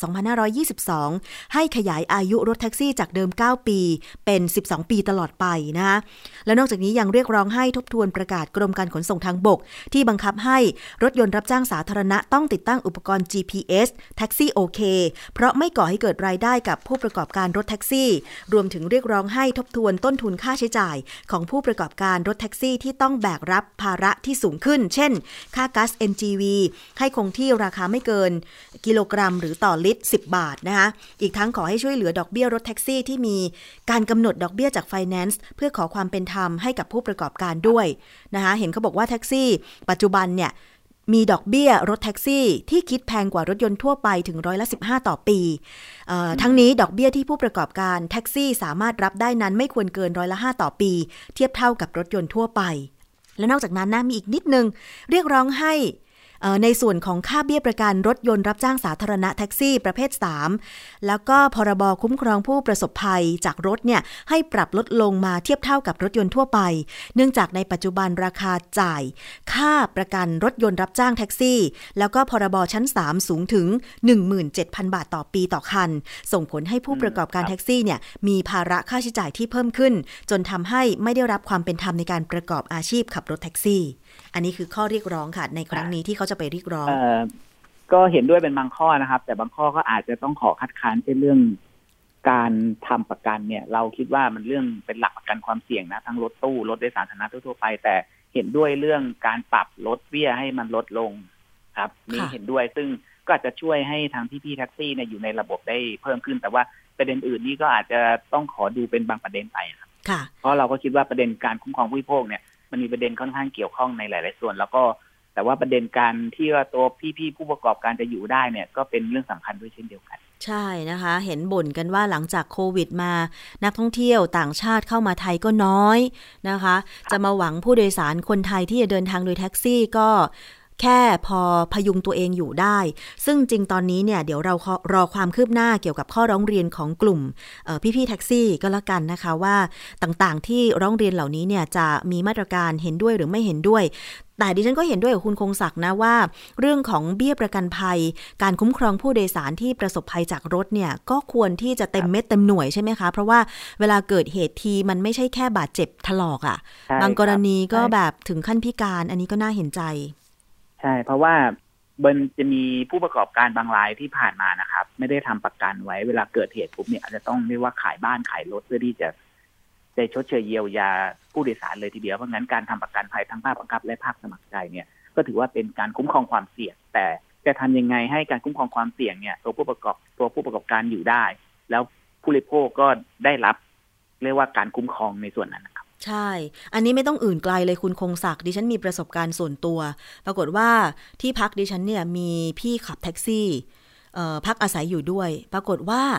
2522 ให้ขยายอายุรถแท็กซี่จากเดิม 9 ปีเป็น 12 ปีตลอดไปนะคะและนอกจากนี้ยังเรียกร้องให้ทบทวนประกาศกรมการขนส่งทางบกที่บังคับให้รถยนต์รับจ้างสาธารณะต้องติดตั้งอุปกรณ์ GPS แท็กซี่โอเคเพราะไม่ก่อให้เกิดรายได้กับผู้ประกอบการรถแท็กซี่รวมถึงเรียกร้องให้ทบทวนต้นทุนค่าใช้จ่ายของผู้ประกอบการรถแท็กซี่ที่ต้องแบกรับภาระที่สูงขึ้นเช่นค่าก๊าซ NGV ให้คงที่ราคาไม่เกินกิโลกรัมหรือต่อลิตร10 บาทนะคะอีกทั้งขอให้ช่วยเหลือดอกเบี้ยรถแท็กซี่ที่มีการกำหนดดอกเบี้ยจากไฟแนนซ์เพื่อขอความเป็นธรรมให้กับผู้ประกอบการด้วยนะคะเห็นเขาบอกว่าแท็กซี่ปัจจุบันเนี่ยมีดอกเบี้ยรถแท็กซี่ที่คิดแพงกว่ารถยนต์ทั่วไปถึง15%ต่อปีทั้งนี้ดอกเบี้ยที่ผู้ประกอบการแท็กซี่สามารถรับได้นั้นไม่ควรเกิน5%ต่อปีเทียบเท่ากับรถยนต์ทั่วไปและนอกจากนั้นมีอีกนิดนึงเรียกร้องให้ในส่วนของค่าเบี้ยประกันรถยนต์รับจ้างสาธารณะแท็กซี่ประเภท3แล้วก็พรบคุ้มครองผู้ประสบภัยจากรถเนี่ยให้ปรับลดลงมาเทียบเท่ากับรถยนต์ทั่วไปเนื่องจากในปัจจุบันราคาจ่ายค่าประกันรถยนต์รับจ้างแท็กซี่แล้วก็พรบชั้น3สูงถึง 17,000 บาทต่อปีต่อคันส่งผลให้ผู้ประกอบการแท็กซี่เนี่ยมีภาระค่าใช้จ่ายที่เพิ่มขึ้นจนทำให้ไม่ได้รับความเป็นธรรมในการประกอบอาชีพขับรถแท็กซี่อันนี้คือข้อเรียกร้องค่ะในครั้งนี้ที่เขาจะไปเรียกร้องก็เห็นด้วยเป็นบางข้อนะครับแต่บางข้อก็อาจจะต้องขอคัดค้านเรื่องการทำประกันเนี่ยเราคิดว่ามันเรื่องเป็นหลักประกันความเสี่ยงนะทั้งรถตู้รถโดยสารสาธารณะทั่วไปแต่เห็นด้วยเรื่องการปรับลดเบี้ยให้มันลดลงครับนี่เห็นด้วยซึ่งก็อาจจะช่วยให้ทางพี่ๆแท็กซี่เนี่ยอยู่ในระบบได้เพิ่มขึ้นแต่ว่าประเด็นอื่นนี่ก็อาจจะต้องขอดูเป็นบางประเด็นไปครับเพราะเราก็คิดว่าประเด็นการคุ้มครองผู้บริโภคเนี่ยมันมีประเด็นค่อนข้างเกี่ยวข้องในหลายๆส่วนแล้วก็แต่ว่าประเด็นการที่ว่าตัวพี่ๆผู้ประกอบการจะอยู่ได้เนี่ยก็เป็นเรื่องสำคัญด้วยเช่นเดียวกันใช่นะคะเห็นบ่นกันว่าหลังจากโควิดมานักท่องเที่ยวต่างชาติเข้ามาไทยก็น้อยนะคะจะมาหวังผู้โดยสารคนไทยที่จะเดินทางโดยแท็กซี่ก็แค่พอพยุงตัวเองอยู่ได้ซึ่งจริงตอนนี้เนี่ยเดี๋ยวเรารอความคืบหน้าเกี่ยวกับข้อร้องเรียนของกลุ่มพี่ๆแท็กซี่ก็แล้วกันนะคะว่าต่างๆที่ร้องเรียนเหล่านี้เนี่ยจะมีมาตรการเห็นด้วยหรือไม่เห็นด้วยแต่ดิฉันก็เห็นด้วยกับคุณคงศักดิ์นะว่าเรื่องของเบี้ยประกันภัยการคุ้มครองผู้โดยสารที่ประสบภัยจากรถเนี่ยก็ควรที่จะเต็มเม็ดเต็มหน่วยใช่ไหมคะเพราะว่าเวลาเกิดเหตุทีมันไม่ใช่แค่บาดเจ็บถลอกอ่ะบางกรณีก็แบบถึงขั้นพิการอันนี้ก็น่าเห็นใจใช่เพราะว่ามันจะมีผู้ประกอบการบางรายที่ผ่านมานะครับไม่ได้ทำประกันไว้เวลาเกิดเหตุปุ๊บเนี่ยอาจจะต้องเรียกว่าขายบ้านขายรถเพื่อที่จะชดเชยเยียวยาผู้โดยสารเลยทีเดียวเพราะงั้นการทำประกันภัยทั้งภาคบังคับและภาคสมัครใจเนี่ยก็ถือว่าเป็นการคุ้มครองความเสี่ยงแต่จะทำยังไงให้การคุ้มครองความเสี่ยงเนี่ยตัวผู้ประกอบการอยู่ได้แล้วผู้บริโภคก็ได้รับเรียกว่าการคุ้มครองในส่วนนั้นนะครับใช่อันนี้ไม่ต้องอื่นไกลเลยคุณคงศักดิ์ดิฉันมีประสบการณ์ส่วนตัวปรากฏว่าที่พักดิฉันเนี่ยมีพี่ขับแท็กซี่พักอาศัยอยู่ด้วยปรากฏว่า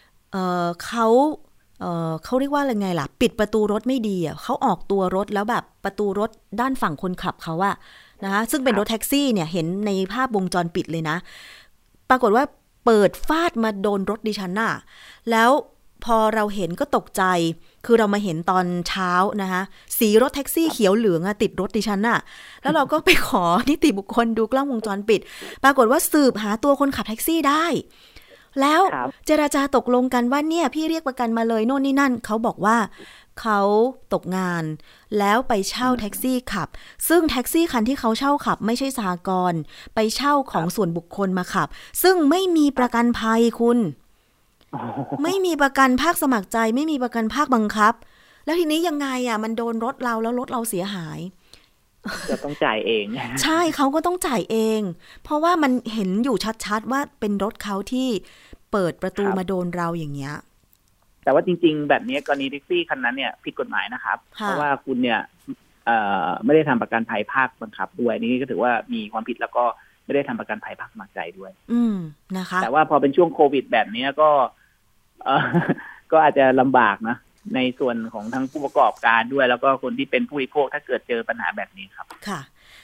เขาเรียกว่าอะไรไงล่ะปิดประตูรถไม่ดีอ่ะเขาออกตัวรถแล้วแบบประตูรถด้านฝั่งคนขับเขาอะนะคะซึ่งเป็นรถแท็กซี่เนี่ยเห็นในภาพวงจรปิดเลยนะปรากฏว่าเปิดฟาดมาโดนรถดิฉันน่ะแล้วพอเราเห็นก็ตกใจคือเรามาเห็นตอนเช้านะคะสีรถแท็กซี่เขียวเหลืองติดรถดิฉันน่ะแล้วเราก็ไปขอนิติบุคคลดูกล้องวงจรปิดปรากฏว่าสืบหาตัวคนขับแท็กซี่ได้แล้วเจรจาตกลงกันว่าเนี่ยพี่เรียกประกันมาเลยโน่นนี่นั่นเขาบอกว่าเขาตกงานแล้วไปเช่าแท็กซี่ขับซึ่งแท็กซี่คันที่เขาเช่าขับไม่ใช่สหกรณ์ไปเช่าของส่วนบุคคลมาขับซึ่งไม่มีประกันภัยคุณไม่มีประกันภาคสมัครใจไม่มีประกันภาคบังคับแล้วทีนี้ยังไงอ่ะมันโดนรถเราแล้วรถเราเสียหายจะต้องจ่ายเองใช่เขาก็ต้องจ่ายเองเพราะว่ามันเห็นอยู่ชัดๆว่าเป็นรถเขาที่เปิดประตูมาโดนเราอย่างเงี้ยแต่ว่าจริงๆแบบนี้กรณีแท็กซี่คันนั้นเนี่ยผิดกฎหมายนะครับเพราะว่าคุณเนี่ยไม่ได้ทำประกันภัยภาคบังคับด้วยนี่ก็ถือว่ามีความผิดแล้วก็ไม่ได้ทำประกันภัยภาคสมัครใจด้วยนะคะแต่ว่าพอเป็นช่วงโควิดแบบนี้ก็อาจจะลำบากนะในส่วนของทั้งผู้ประกอบการด้วยแล้วก็คนที่เป็นผู้บริโภคถ้าเกิดเจอปัญหาแบบนี้ครับค่ะ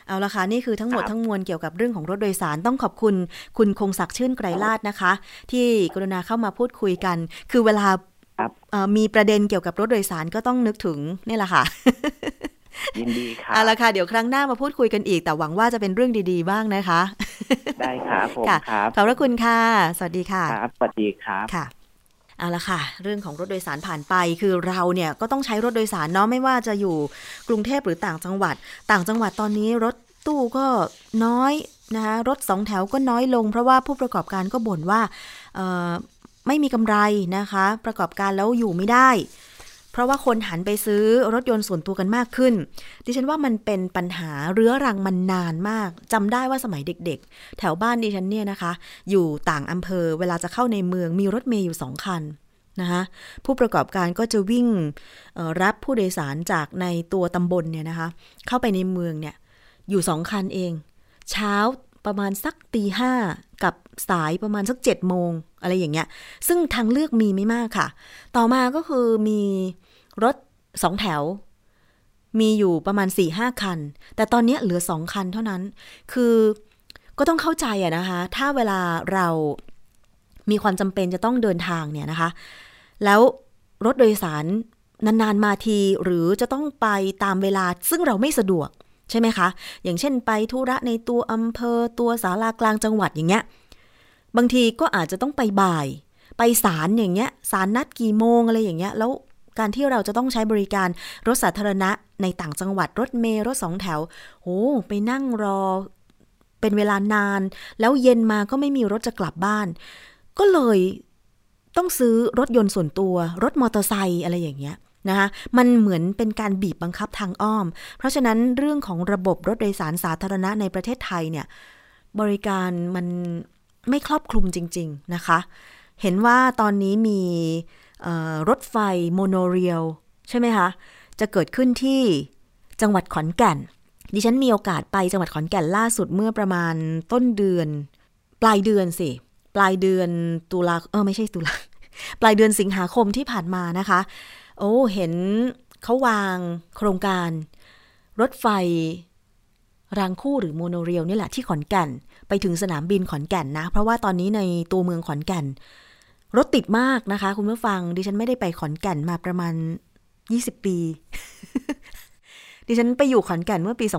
เอาละค่ะนี่คือทั้งหมดทั้งมวลเกี่ยวกับเรื่องของรถโดยสารต้องขอบคุณคุณคงศักดิ์ชื่นไกรลาภนะคะที่กรุณาเข้ามาพูดคุยกันคือเวลามีประเด็นเกี่ยวกับรถโดยสารก็ต้องนึกถึงนี่แหละค่ะยินดีค่ะเอาละค่ะเดี๋ยวครั้งหน้ามาพูดคุยกันอีกแต่หวังว่าจะเป็นเรื่องดีๆบ้างนะคะได้ครับผมครับขอบพระคุณค่ะสวัสดีค่ะครับสวัสดีครับค่ะเอาละค่ะเรื่องของรถโดยสารผ่านไปคือเราเนี่ยก็ต้องใช้รถโดยสารเนาะไม่ว่าจะอยู่กรุงเทพหรือต่างจังหวัดตอนนี้รถตู้ก็น้อยนะคะรถ2แถวก็น้อยลงเพราะว่าผู้ประกอบการก็บ่นว่าไม่มีกำไรนะคะประกอบการแล้วอยู่ไม่ได้เพราะว่าคนหันไปซื้อรถยนต์ส่วนตัวกันมากขึ้นดิฉันว่ามันเป็นปัญหาเรื้อรังมันนานมากจำได้ว่าสมัยเด็กๆแถวบ้านดิฉันเนี่ยนะคะอยู่ต่างอำเภอเวลาจะเข้าในเมืองมีรถเมล์อยู่2คันนะคะผู้ประกอบการก็จะวิ่งรับผู้โดยสารจากในตัวตำบลเนี่ยนะคะเข้าไปในเมืองเนี่ยอยู่2คันเองเช้าประมาณสัก 5:00 กับสายประมาณสัก 7:00 นอะไรอย่างเงี้ยซึ่งทางเลือกมีไม่มากค่ะต่อมาก็คือมีรถ2แถวมีอยู่ประมาณ 4-5 คันแต่ตอนนี้เหลือ2คันเท่านั้นคือก็ต้องเข้าใจอะนะคะถ้าเวลาเรามีความจำเป็นจะต้องเดินทางเนี่ยนะคะแล้วรถโดยสารนานๆมาทีหรือจะต้องไปตามเวลาซึ่งเราไม่สะดวกใช่ไหมคะอย่างเช่นไปธุระในตัวอำเภอตัวศาลากลางจังหวัดอย่างเงี้ยบางทีก็อาจจะต้องไปบ่ายไปศาลอย่างเงี้ยศาลนัดกี่โมงอะไรอย่างเงี้ยแล้วการที่เราจะต้องใช้บริการรถสาธารณะในต่างจังหวัดรถเมล์รถ2แถวโอ้ไปนั่งรอเป็นเวลานานแล้วเย็นมาก็ไม่มีรถจะกลับบ้านก็เลยต้องซื้อรถยนต์ส่วนตัวรถมอเตอร์ไซค์อะไรอย่างเงี้ยนะคะมันเหมือนเป็นการบีบบังคับทางอ้อมเพราะฉะนั้นเรื่องของระบบรถโดยสารสาธารณะในประเทศไทยเนี่ยบริการมันไม่ครอบคลุมจริงๆนะคะเห็นว่าตอนนี้มีรถไฟโมโนเรียลใช่ไหมคะจะเกิดขึ้นที่จังหวัดขอนแก่นดิฉันมีโอกาสไปจังหวัดขอนแก่นล่าสุดเมื่อประมาณต้นเดือนปลายเดือนตุลาไม่ใช่ตุลาปลายเดือนสิงหาคมที่ผ่านมานะคะโอ้เห็นเขาวางโครงการรถไฟรางคู่หรือโมโนเรียลนี่แหละที่ขอนแก่นไปถึงสนามบินขอนแก่นนะเพราะว่าตอนนี้ในตัวเมืองขอนแก่นรถติดมากนะคะคุณผู้ฟังดิฉันไม่ได้ไปขอนแก่นมาประมาณ20 ปี ดิฉันไปอยู่ขอนแก่นเมื่อปี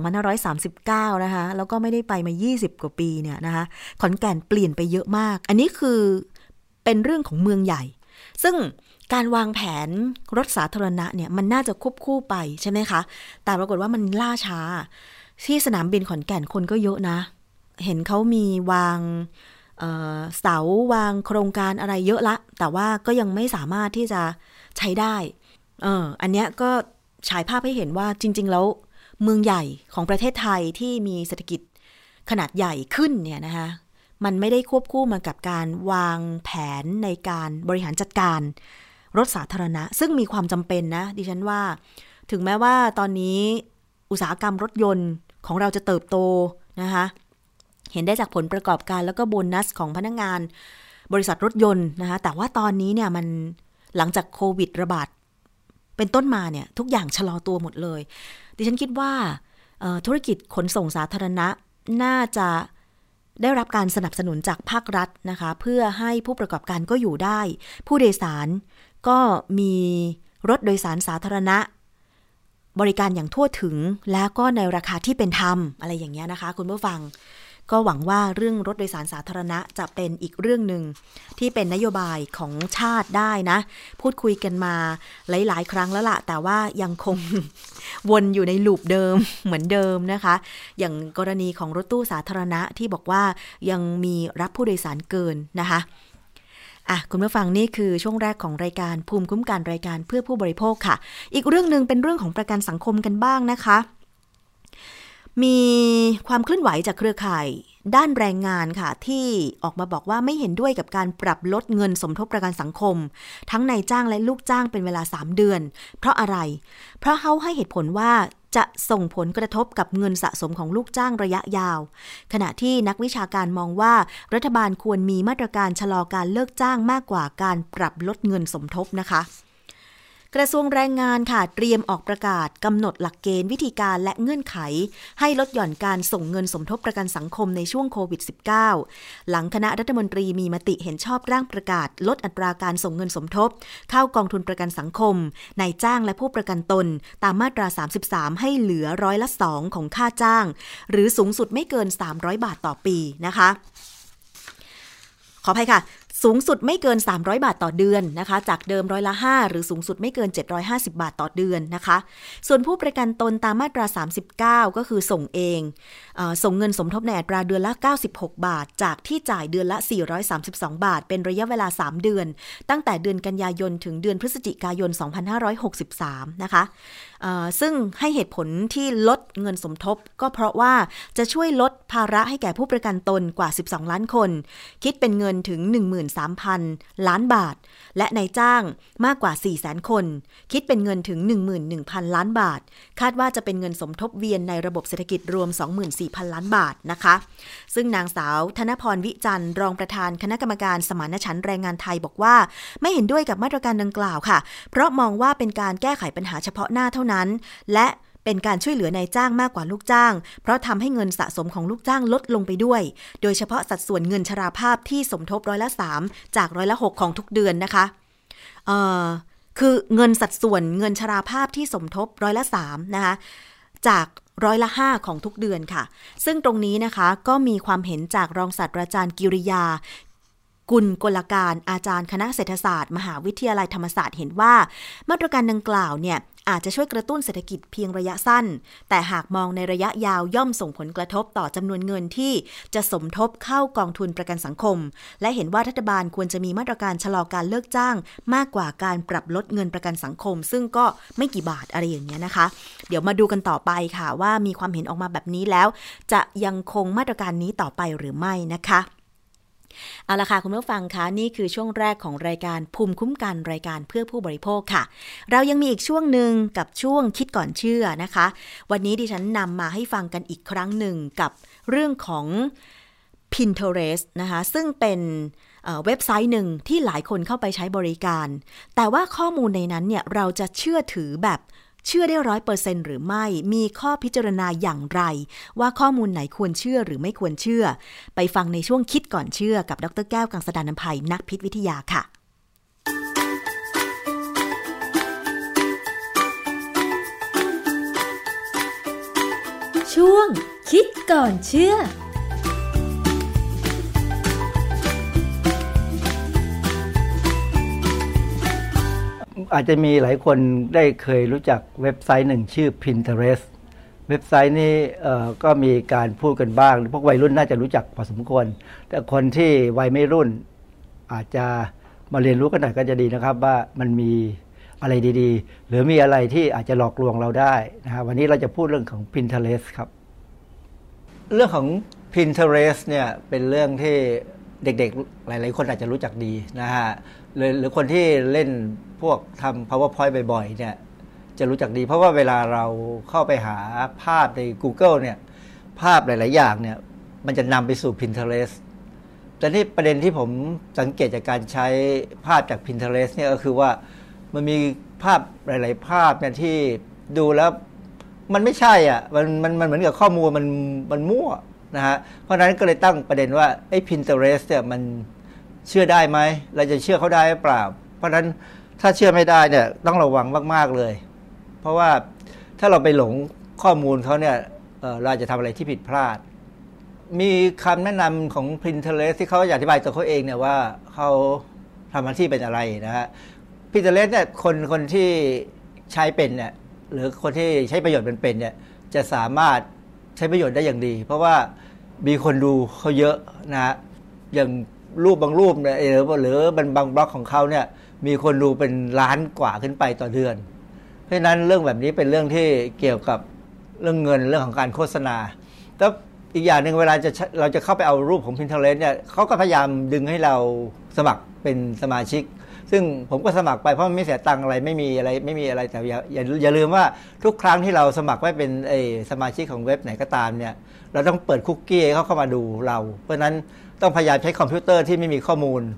2539นะคะแล้วก็ไม่ได้ไปมา20 กว่าปีเนี่ยนะคะขอนแก่นเปลี่ยนไปเยอะมากอันนี้คือเป็นเรื่องของเมืองใหญ่ซึ่งการวางแผนรถสาธารณะเนี่ยมันน่าจะควบคู่ไปใช่ไหมคะแต่ปรากฏว่ามันล่าช้าที่สนามบินขอนแก่นคนก็เยอะนะเห็นเขามีวางเสาวางโครงการอะไรเยอะละแต่ว่าก็ยังไม่สามารถที่จะใช้ได้อันเนี้ยก็ฉายภาพให้เห็นว่าจริงๆแล้วเมืองใหญ่ของประเทศไทยที่มีเศรษฐกิจขนาดใหญ่ขึ้นเนี่ยนะคะมันไม่ได้ควบคู่มากับการวางแผนในการบริหารจัดการรถสาธารณะซึ่งมีความจำเป็นนะดิฉันว่าถึงแม้ว่าตอนนี้อุตสาหกรรมรถยนต์ของเราจะเติบโตนะคะเห็นได้จากผลประกอบการแล้วก็โบนัสของพนักงานบริษัทรถยนต์นะคะแต่ว่าตอนนี้เนี่ยมันหลังจากโควิดระบาดเป็นต้นมาเนี่ยทุกอย่างชะลอตัวหมดเลยดิฉันคิดว่าธุรกิจขนส่งสาธารณะน่าจะได้รับการสนับสนุนจากภาครัฐนะคะเพื่อให้ผู้ประกอบการก็อยู่ได้ผู้โดยสารก็มีรถโดยสารสาธารณะบริการอย่างทั่วถึงและก็ในราคาที่เป็นธรรมอะไรอย่างเงี้ยนะคะคุณผู้ฟังก็หวังว่าเรื่องรถโดยสารสาธารณะจะเป็นอีกเรื่องหนึ่งที่เป็นนโยบายของชาติได้นะพูดคุยกันมาหลายๆครั้งแล้วล่ะแต่ว่ายังคง วนอยู่ในลูปเดิม เหมือนเดิมนะคะอย่างกรณีของรถตู้สาธารณะที่บอกว่ายังมีรับผู้โดยสารเกินนะคะคุณผู้ฟังนี่คือช่วงแรกของรายการภูมิคุ้มกันรายการเพื่อผู้บริโภคค่ะอีกเรื่องนึงเป็นเรื่องของประกันสังคมกันบ้างนะคะมีความเคลื่อนไหวจากเครือข่ายด้านแรงงานค่ะที่ออกมาบอกว่าไม่เห็นด้วยกับการปรับลดเงินสมทบประกันสังคมทั้งนายจ้างและลูกจ้างเป็นเวลา3 เดือนเพราะอะไรเพราะเขาให้เหตุผลว่าจะส่งผลกระทบกับเงินสะสมของลูกจ้างระยะยาวขณะที่นักวิชาการมองว่ารัฐบาลควรมีมาตรการชะลอการเลิกจ้างมากกว่าการปรับลดเงินสมทบนะคะกระทรวงแรงงานค่ะเตรียมออกประกาศกำหนดหลักเกณฑ์วิธีการและเงื่อนไขให้ลดหย่อนการส่งเงินสมทบประกันสังคมในช่วงโควิด -19 หลังคณะรัฐมนตรีมีมติเห็นชอบร่างประกาศลดอัตราการส่งเงินสมทบเข้ากองทุนประกันสังคมนายจ้างและผู้ประกันตนตามมาตรา33ให้เหลือ2%ของค่าจ้างหรือสูงสุดไม่เกิน300 บาทต่อปีนะคะขออภัยค่ะสูงสุดไม่เกิน300 บาทต่อเดือนนะคะจากเดิม5%หรือสูงสุดไม่เกิน750 บาทต่อเดือนนะคะส่วนผู้ประกันตนตามมาตรา39ก็คือส่งเองส่งเงินสมทบในอัตราเดือนละ96 บาทจากที่จ่ายเดือนละ432 บาทเป็นระยะเวลา3เดือนตั้งแต่เดือนกันยายนถึงเดือนพฤศจิกายน2563นะคะซึ่งให้เหตุผลที่ลดเงินสมทบก็เพราะว่าจะช่วยลดภาระให้แก่ผู้ประกันตนกว่า12ล้านคนคิดเป็นเงินถึง 13,000 ล้านบาทและนายจ้างมากกว่า 400,000 คนคิดเป็นเงินถึง 11,000 ล้านบาทคาดว่าจะเป็นเงินสมทบเวียนในระบบเศรษฐกิจรวม 24,000 ล้านบาทนะคะซึ่งนางสาวธนพรวิจันทร์รองประธานคณะกรรมการสมานฉันท์แรงงานไทยบอกว่าไม่เห็นด้วยกับมาตรการดังกล่าวค่ะเพราะมองว่าเป็นการแก้ไขปัญหาเฉพาะหน้าเท่านั้นและเป็นการช่วยเหลือนายจ้างมากกว่าลูกจ้างเพราะทำให้เงินสะสมของลูกจ้างลดลงไปด้วยโดยเฉพาะสัดส่วนเงินชราภาพที่สมทบ3%จาก6%ของทุกเดือนนะคะคือเงินสัดส่วนเงินชราภาพที่สมทบ3%นะคะจาก5%ของทุกเดือนค่ะซึ่งตรงนี้นะคะก็มีความเห็นจากรองศาสตราจารย์กิริยากุลกลการอาจารย์คณะเศรษฐศาสตร์มหาวิทยาลัยธรรมศาสตร์เห็นว่ามาตรการดังกล่าวเนี่ยอาจจะช่วยกระตุ้นเศรษฐกิจเพียงระยะสั้นแต่หากมองในระยะยาวย่อมส่งผลกระทบต่อจำนวนเงินที่จะสมทบเข้ากองทุนประกันสังคมและเห็นว่ารัฐบาลควรจะมีมาตรการชะลอการเลิกจ้างมากกว่าการปรับลดเงินประกันสังคมซึ่งก็ไม่กี่บาทอะไรอย่างเงี้ยนะคะเดี๋ยวมาดูกันต่อไปค่ะว่ามีความเห็นออกมาแบบนี้แล้วจะยังคงมาตรการนี้ต่อไปหรือไม่นะคะเอาล่ะค่ะคุณผู้ฟังคะนี่คือช่วงแรกของรายการภูมิคุ้มกันรายการเพื่อผู้บริโภคค่ะเรายังมีอีกช่วงหนึ่งกับช่วงคิดก่อนเชื่อนะคะวันนี้ดิฉันนำมาให้ฟังกันอีกครั้งหนึ่งกับเรื่องของ Pinterest นะคะซึ่งเป็นเว็บไซต์หนึ่งที่หลายคนเข้าไปใช้บริการแต่ว่าข้อมูลในนั้นเนี่ยเราจะเชื่อถือแบบเชื่อได้ 100% หรือไม่มีข้อพิจารณาอย่างไรว่าข้อมูลไหนควรเชื่อหรือไม่ควรเชื่อไปฟังในช่วงคิดก่อนเชื่อกับดร.แก้วกังสดาลอำไพนักพิษวิทยาค่ะช่วงคิดก่อนเชื่ออาจจะมีหลายคนได้เคยรู้จักเว็บไซต์หนึ่งชื่อ Pinterest เว็บไซต์นี้ก็มีการพูดกันบ้างพวกวัยรุ่นน่าจะรู้จักพอสมควรแต่คนที่วัยไม่รุ่นอาจจะมาเรียนรู้กันหน่อยก็จะดีนะครับว่ามันมีอะไรดีๆหรือมีอะไรที่อาจจะหลอกลวงเราได้นะฮะวันนี้เราจะพูดเรื่องของ Pinterest ครับเรื่องของ Pinterest เนี่ยเป็นเรื่องที่เด็กๆหลายๆคนอาจจะรู้จักดีนะฮะหรือคนที่เล่นพวกทำ PowerPoint บ่อยๆเนี่ยจะรู้จักดีเพราะว่าเวลาเราเข้าไปหาภาพใน Google เนี่ยภาพหลายๆอย่างเนี่ยมันจะนำไปสู่ Pinterest แต่นี่ประเด็นที่ผมสังเกตจากการใช้ภาพจาก Pinterest เนี่ยก็คือว่ามันมีภาพหลายๆภาพเนี่ยที่ดูแล้วมันไม่ใช่อ่ะมันเหมือนกับข้อมูลมันมั่วนะฮะเพราะฉะนั้นก็เลยตั้งประเด็นว่าไอ้ Pinterest เนี่ยมันเชื่อได้ไหมเราจะเชื่อเขาได้หรือเปล่าเพราะฉะนั้นถ้าเชื่อไม่ได้เนี่ยต้องระวังมากๆเลยเพราะว่าถ้าเราไปหลงข้อมูลเขาเนี่ยเราจะทำอะไรที่ผิดพลาดมีคำแนะนำของ Pinterest ที่เขาอธิบายตัวเขาเองเนี่ยว่าเขาทำหน้าที่เป็นอะไรนะฮะ Pinterest เนี่ยคนที่ใช้เป็นเนี่ยหรือคนที่ใช้ประโยชน์เป็นเนี่ยจะสามารถใช้ประโยชน์ได้อย่างดีเพราะว่ามีคนดูเขาเยอะนะฮะอย่างรูปบางรูปเนี่ยหรือบางบล็อกของเขาเนี่ยมีคนดูเป็นล้านกว่าขึ้นไปต่อเดือนเพราะฉะนั้นเรื่องแบบนี้เป็นเรื่องที่เกี่ยวกับเรื่องเงินเรื่องของการโฆษณาแล้วอีกอย่างหนึ่งเวลาเราจะเข้าไปเอารูปของ Pinterest เนี่ยเขาก็พยายามดึงให้เราสมัครเป็นสมาชิกซึ่งผมก็สมัครไปเพราะมันไม่เสียตังค์อะไรไม่มีอะไรแต่อย่าลืมว่าทุกครั้งที่เราสมัครไว้เป็นสมาชิกของเว็บไหนก็ตามเนี่ยเราต้องเปิดคุกกี้ให้เขาเข้ามาดูเราเพราะฉะนั้นต้องพยายามใช้คอมพิวเตอร์ที่ไม่มีข้อมูล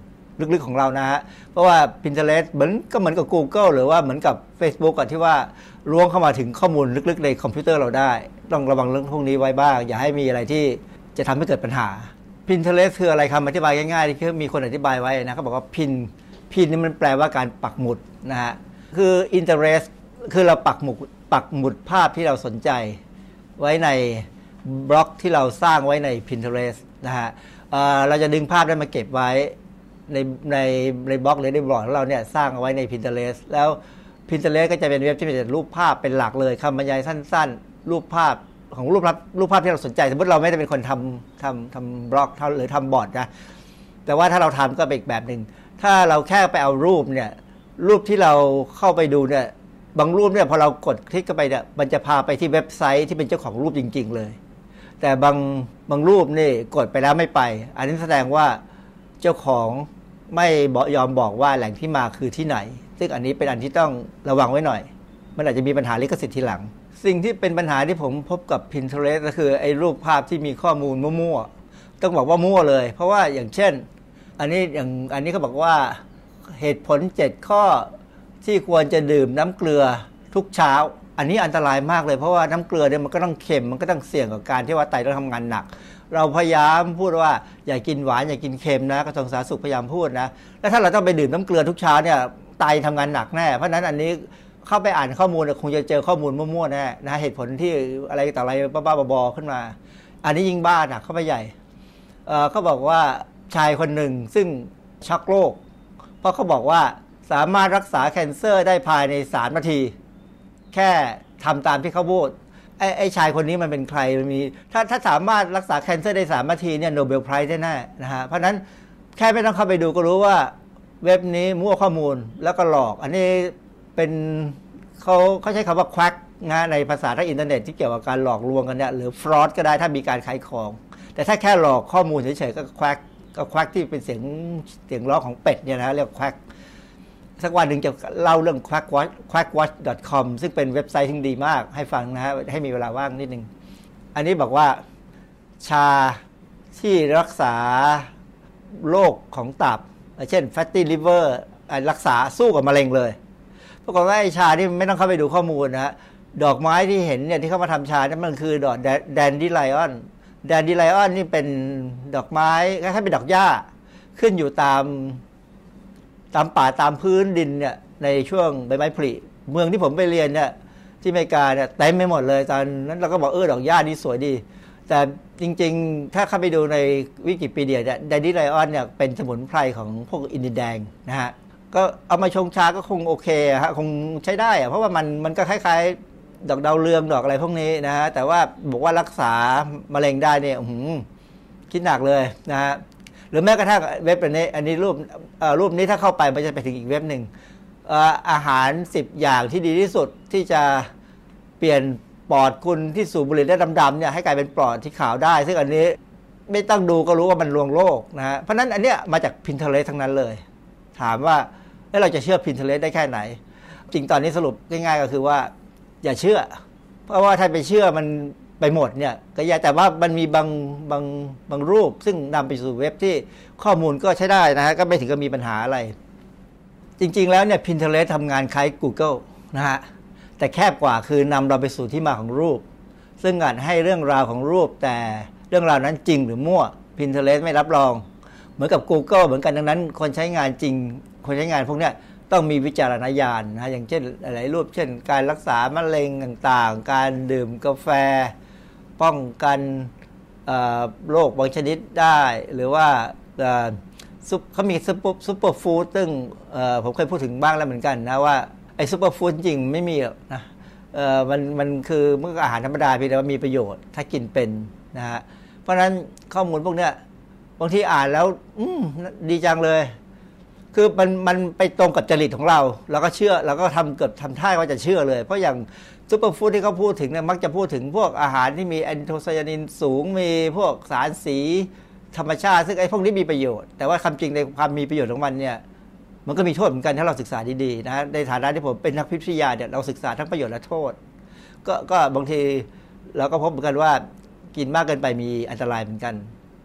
ลึกๆของเรานะฮะเพราะว่า Pinterest เหมือนกับ Google หรือว่าเหมือนกับ Facebook ที่ว่าล้วงเข้ามาถึงข้อมูลลึกๆในคอมพิวเตอร์เราได้ต้องระวังเรื่องพวกนี้ไว้บ้างอย่าให้มีอะไรที่จะทำให้เกิดปัญหา Pinterest คืออะไรคำอธิบายง่ายๆที่คือมีคนอธิบายไว้นะเขาบอกว่า pin นี่มันแปลว่าการปักหมุดนะฮะคือ interest คือเราปักหมุดภาพที่เราสนใจไว้ในบล็อกที่เราสร้างไว้ใน Pinterest นะฮะเราจะดึงภาพได้มาเก็บไว้ในบล็อกหรือในบล็อกของเราเนี่ยสร้างเอาไว้ใน Pinterest แล้ว Pinterest ก็จะเป็นเว็บที่มีแต่รูปภาพเป็นหลักเลยคำบรรยายสั้นๆรูปภาพของรูปภาพที่เราสนใจสมมติเราไม่ได้เป็นคนทำบล็อกหรือทำบอร์ดนะแต่ว่าถ้าเราทำก็เป็นอีกแบบหนึ่งถ้าเราแค่ไปเอารูปเนี่ยรูปที่เราเข้าไปดูเนี่ยบางรูปเนี่ยพอเรากดคลิกเข้าไปเนี่ยมันจะพาไปที่เว็บไซต์ที่เป็นเจ้าของรูปจริงๆเลยแต่บางรูปนี่กดไปแล้วไม่ไปอันนี้แสดงว่าเจ้าของไม่ยอมบอกว่าแหล่งที่มาคือที่ไหนซึ่งอันนี้เป็นอันที่ต้องระวังไว้หน่อยมันอาจจะมีปัญหาลิขสิทธิ์ทีหลังสิ่งที่เป็นปัญหาที่ผมพบกับ Pinterest ก็คือไอ้รูปภาพที่มีข้อมูลมั่วๆต้องบอกว่ามั่วเลยเพราะว่าอย่างเช่นอันนี้เขาบอกว่าเหตุผล7ข้อที่ควรจะดื่มน้ำเกลือทุกเช้าอันนี้อันตรายมากเลยเพราะว่าน้ำเกลือเนี่ยมันก็ต้องเค็มมันก็ต้องเสี่ยงกับการที่ว่าไตต้องทำงานหนักเราพยายามพูดว่าอย่ากินหวานอย่ากินเค็มนะกระทรวงสาธารณสุขพยายามพูดนะแล้วถ้าเราต้องไปดื่มน้ำเกลือทุกเช้าเนี่ยไตทำงานหนักแน่เพราะฉะนั้นอันนี้เข้าไปอ่านข้อมูลคงจะเจอข้อมูลมั่วๆแน่นะเหตุผลที่อะไรต่ออะไรบ้าๆบอๆขึ้นมาอันนี้ยิ่งบ้าหนักเข้าไปใหญ่เขาบอกว่าชายคนหนึ่งซึ่งชักโรคเพราะเขาบอกว่าสามารถรักษาแคนเซอร์ได้ภายใน3 นาทีแค่ทำตามที่เขาพูดไอ้ชายคนนี้มันเป็นใครมันมีถ้าสามารถรักษาแคนเซอร์ได้3 นาทีเนี่ยโนเบลไพรส์ได้แน่นะฮะเพราะนั้นแค่ไม่ต้องเข้าไปดูก็รู้ว่าเว็บนี้มั่วข้อมูลแล้วก็หลอกอันนี้เป็นเขาใช้คำว่าแควกนะในภาษาทางอินเทอร์เน็ตที่เกี่ยวกับการหลอกลวงกันเนี่ยหรือฟรอดก็ได้ถ้ามีการขายของแต่ถ้าแค่หลอกข้อมูลเฉยๆก็แควกที่เป็นเสียงร้องของเป็ดเนี่ยนะเรียกแควกสักวันหนึ่งจะเล่าเรื่อง quackwatch.com ซึ่งเป็นเว็บไซต์ที่ดีมากให้ฟังนะฮะให้มีเวลาว่างนิดนึงอันนี้บอกว่าชาที่รักษาโรคของตับเช่น fatty liver รักษาสู้กับมะเร็งเลยปรากฏว่าไอ้ชาที่ไม่ต้องเข้าไปดูข้อมูลนะฮะดอกไม้ที่เห็นเนี่ยที่เขามาทำชาเนี่ยมันคือดอกแดนดิไลออนนี่เป็นดอกไม้คล้ายๆเป็นดอกหญ้าขึ้นอยู่ตามป่าตามพื้นดินเนี่ยในช่วงใบไม้ผลิเมืองที่ผมไปเรียนเนี่ยที่อเมริกาเนี่ยเต็มไปหมดเลยตอนนั้นเราก็บอกดอกหญ้านี่สวยดีแต่จริงๆถ้าเข้าไปดูในวิกิพีเดียเนี่ยแดนดิไลออนเนี่ยเป็นสมุนไพรของพวกอินเดียแดงนะฮะก็เอามาชงชาก็คงโอเคฮะคงใช้ได้เพราะว่ามันก็คล้ายๆดอกดาวเรืองดอกอะไรพวกนี้นะฮะแต่ว่าบอกว่ารักษามะเร็งได้เนี่ยคิดหนักเลยนะฮะหรือแม้กระทั่งเว็บอันนี้รูปนี้ถ้าเข้าไปมันจะไปถึงอีกเว็บหนึ่งอาหาร10 อย่างที่ดีที่สุดที่จะเปลี่ยนปอดคุณที่สูบบุหรี่ได้ดำๆเนี่ยให้กลายเป็นปอดที่ขาวได้ซึ่งอันนี้ไม่ต้องดูก็รู้ว่ามันลวงโลกนะฮะเพราะนั้นอันเนี้ยมาจาก Pinterest ทั้งนั้นเลยถามว่าเราจะเชื่อ Pinterest ได้แค่ไหนจริงตอนนี้สรุปง่ายๆก็คือว่าอย่าเชื่อเพราะว่าถ้าไปเชื่อมันไปหมดเนี่ยก็อย่าแต่ว่ามันมีบางรูปซึ่งนำไปสู่เว็บที่ข้อมูลก็ใช้ได้นะฮะก็ไม่ถึงกับมีปัญหาอะไรจริงๆแล้วเนี่ย Pinterest ทำงานคล้าย Google นะฮะแต่แคบกว่าคือนำเราไปสู่ที่มาของรูปซึ่งอาจให้เรื่องราวของรูปแต่เรื่องราวนั้นจริงหรือมั่ว Pinterest ไม่รับรองเหมือนกับ Google เหมือนกันดังนั้นคนใช้งานจริงคนใช้งานพวกเนี้ยต้องมีวิจารณญาณนะอย่างเช่นหลายรูปเช่นการรักษามะเร็งต่างๆการดื่มกาแฟป้องกันโรคบางชนิดได้หรือว่าเขามีซุปเปอร์ฟู้ดซึ่งผมเคยพูดถึงบ้างแล้วเหมือนกันนะว่าไอ้ซุปเปอร์ฟู้ดจริงไม่มีหรอกนะมันคือเมื่ออาหารธรรมดาเพียงแต่ว่ามีประโยชน์ถ้ากินเป็นนะฮะเพราะฉะนั้นข้อมูลพวกเนี้ยบางทีอ่านแล้วดีจังเลยคือมันไปตรงกับจริตของเราก็เชื่อเราก็ทำท่าว่าจะเชื่อเลยเพราะอย่างซุปเปอร์ฟู้ดที่เขาพูดถึงเนี่ยมักจะพูดถึงพวกอาหารที่มีแอนโทไซยานินสูงมีพวกสารสีธรรมชาติซึ่งไอ้พวกนี้มีประโยชน์แต่ว่าความจริงในความมีประโยชน์ของมันเนี่ยมันก็มีโทษเหมือนกันถ้าเราศึกษาดีๆนะในฐานะที่ผมเป็นนักพิษวิทยาเนี่ยเราศึกษาทั้งประโยชน์และโทษก็บางทีเราก็พบเหมือนกันว่ากินมากเกินไปมีอันตรายเหมือนกัน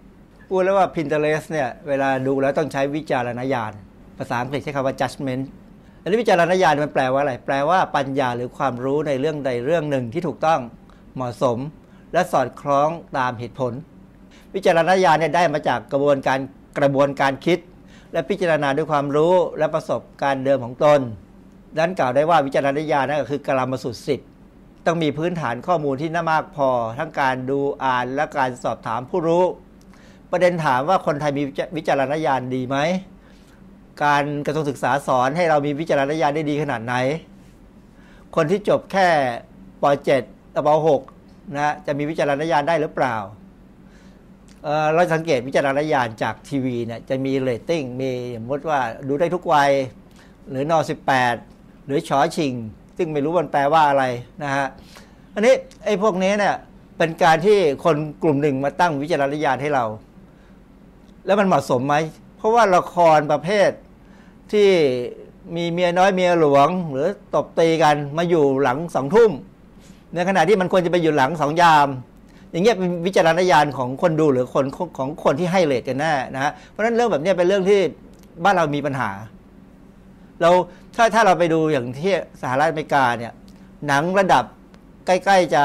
พูดแล้วว่า Pinterest เนี่ยเวลาดูแล้วต้องใช้วิจารณญาณภาษาอังกฤษใช้คำว่า judgment อันนี้วิจารณญาณมันแปลว่าอะไรแปลว่าปัญญาหรือความรู้ในเรื่องใดเรื่องหนึ่งที่ถูกต้องเหมาะสมและสอดคล้องตามเหตุผลวิจารณญาณเนี่ยได้มาจากกระบวนการคิดและพิจารณาด้วยความรู้และประสบการณ์เดิมของตนดังนั้นกล่าวได้ว่าวิจารณญาณนั่นก็คือกลามสูตร10ต้องมีพื้นฐานข้อมูลที่น่ามากพอทั้งการดูอ่านและการสอบถามผู้รู้ประเด็นถามว่าคนไทยมีวิจารณญาณดีไหมการกระทรวงศึกษาสอนให้เรามีวิจารณญาณได้ดีขนาดไหนคนที่จบแค่ป.7 ป.6 นะจะมีวิจารณญาณได้หรือเปล่าเราสังเกตวิจารณญาณจากทีวีเนี่ยจะมีเรตติ้งมีสมมติว่าดูได้ทุกวัยหรือน18หรือชอชิงซึ่งไม่รู้มันแปลว่าอะไรนะฮะอันนี้ไอ้พวกนี้เนี่ยเป็นการที่คนกลุ่มหนึ่งมาตั้งวิจารณญาณให้เราแล้วมันเหมาะสมไหมเพราะว่าละครประเภทที่มีเมียน้อยเมียหลวงหรือตบตีกันมาอยู่หลัง2 ทุ่มในขณะที่มันควรจะไปอยู่หลัง2 ยามอย่างเงี้ยเป็นวิจารณญาณของคนดูหรือของคนที่ให้เรทกันแน่นะฮะเพราะฉะนั้นเรื่องแบบนี้เป็นเรื่องที่บ้านเรามีปัญหาเราถ้าเราไปดูอย่างที่สหรัฐอเมริกาเนี่ยหนังระดับใกล้ๆจะ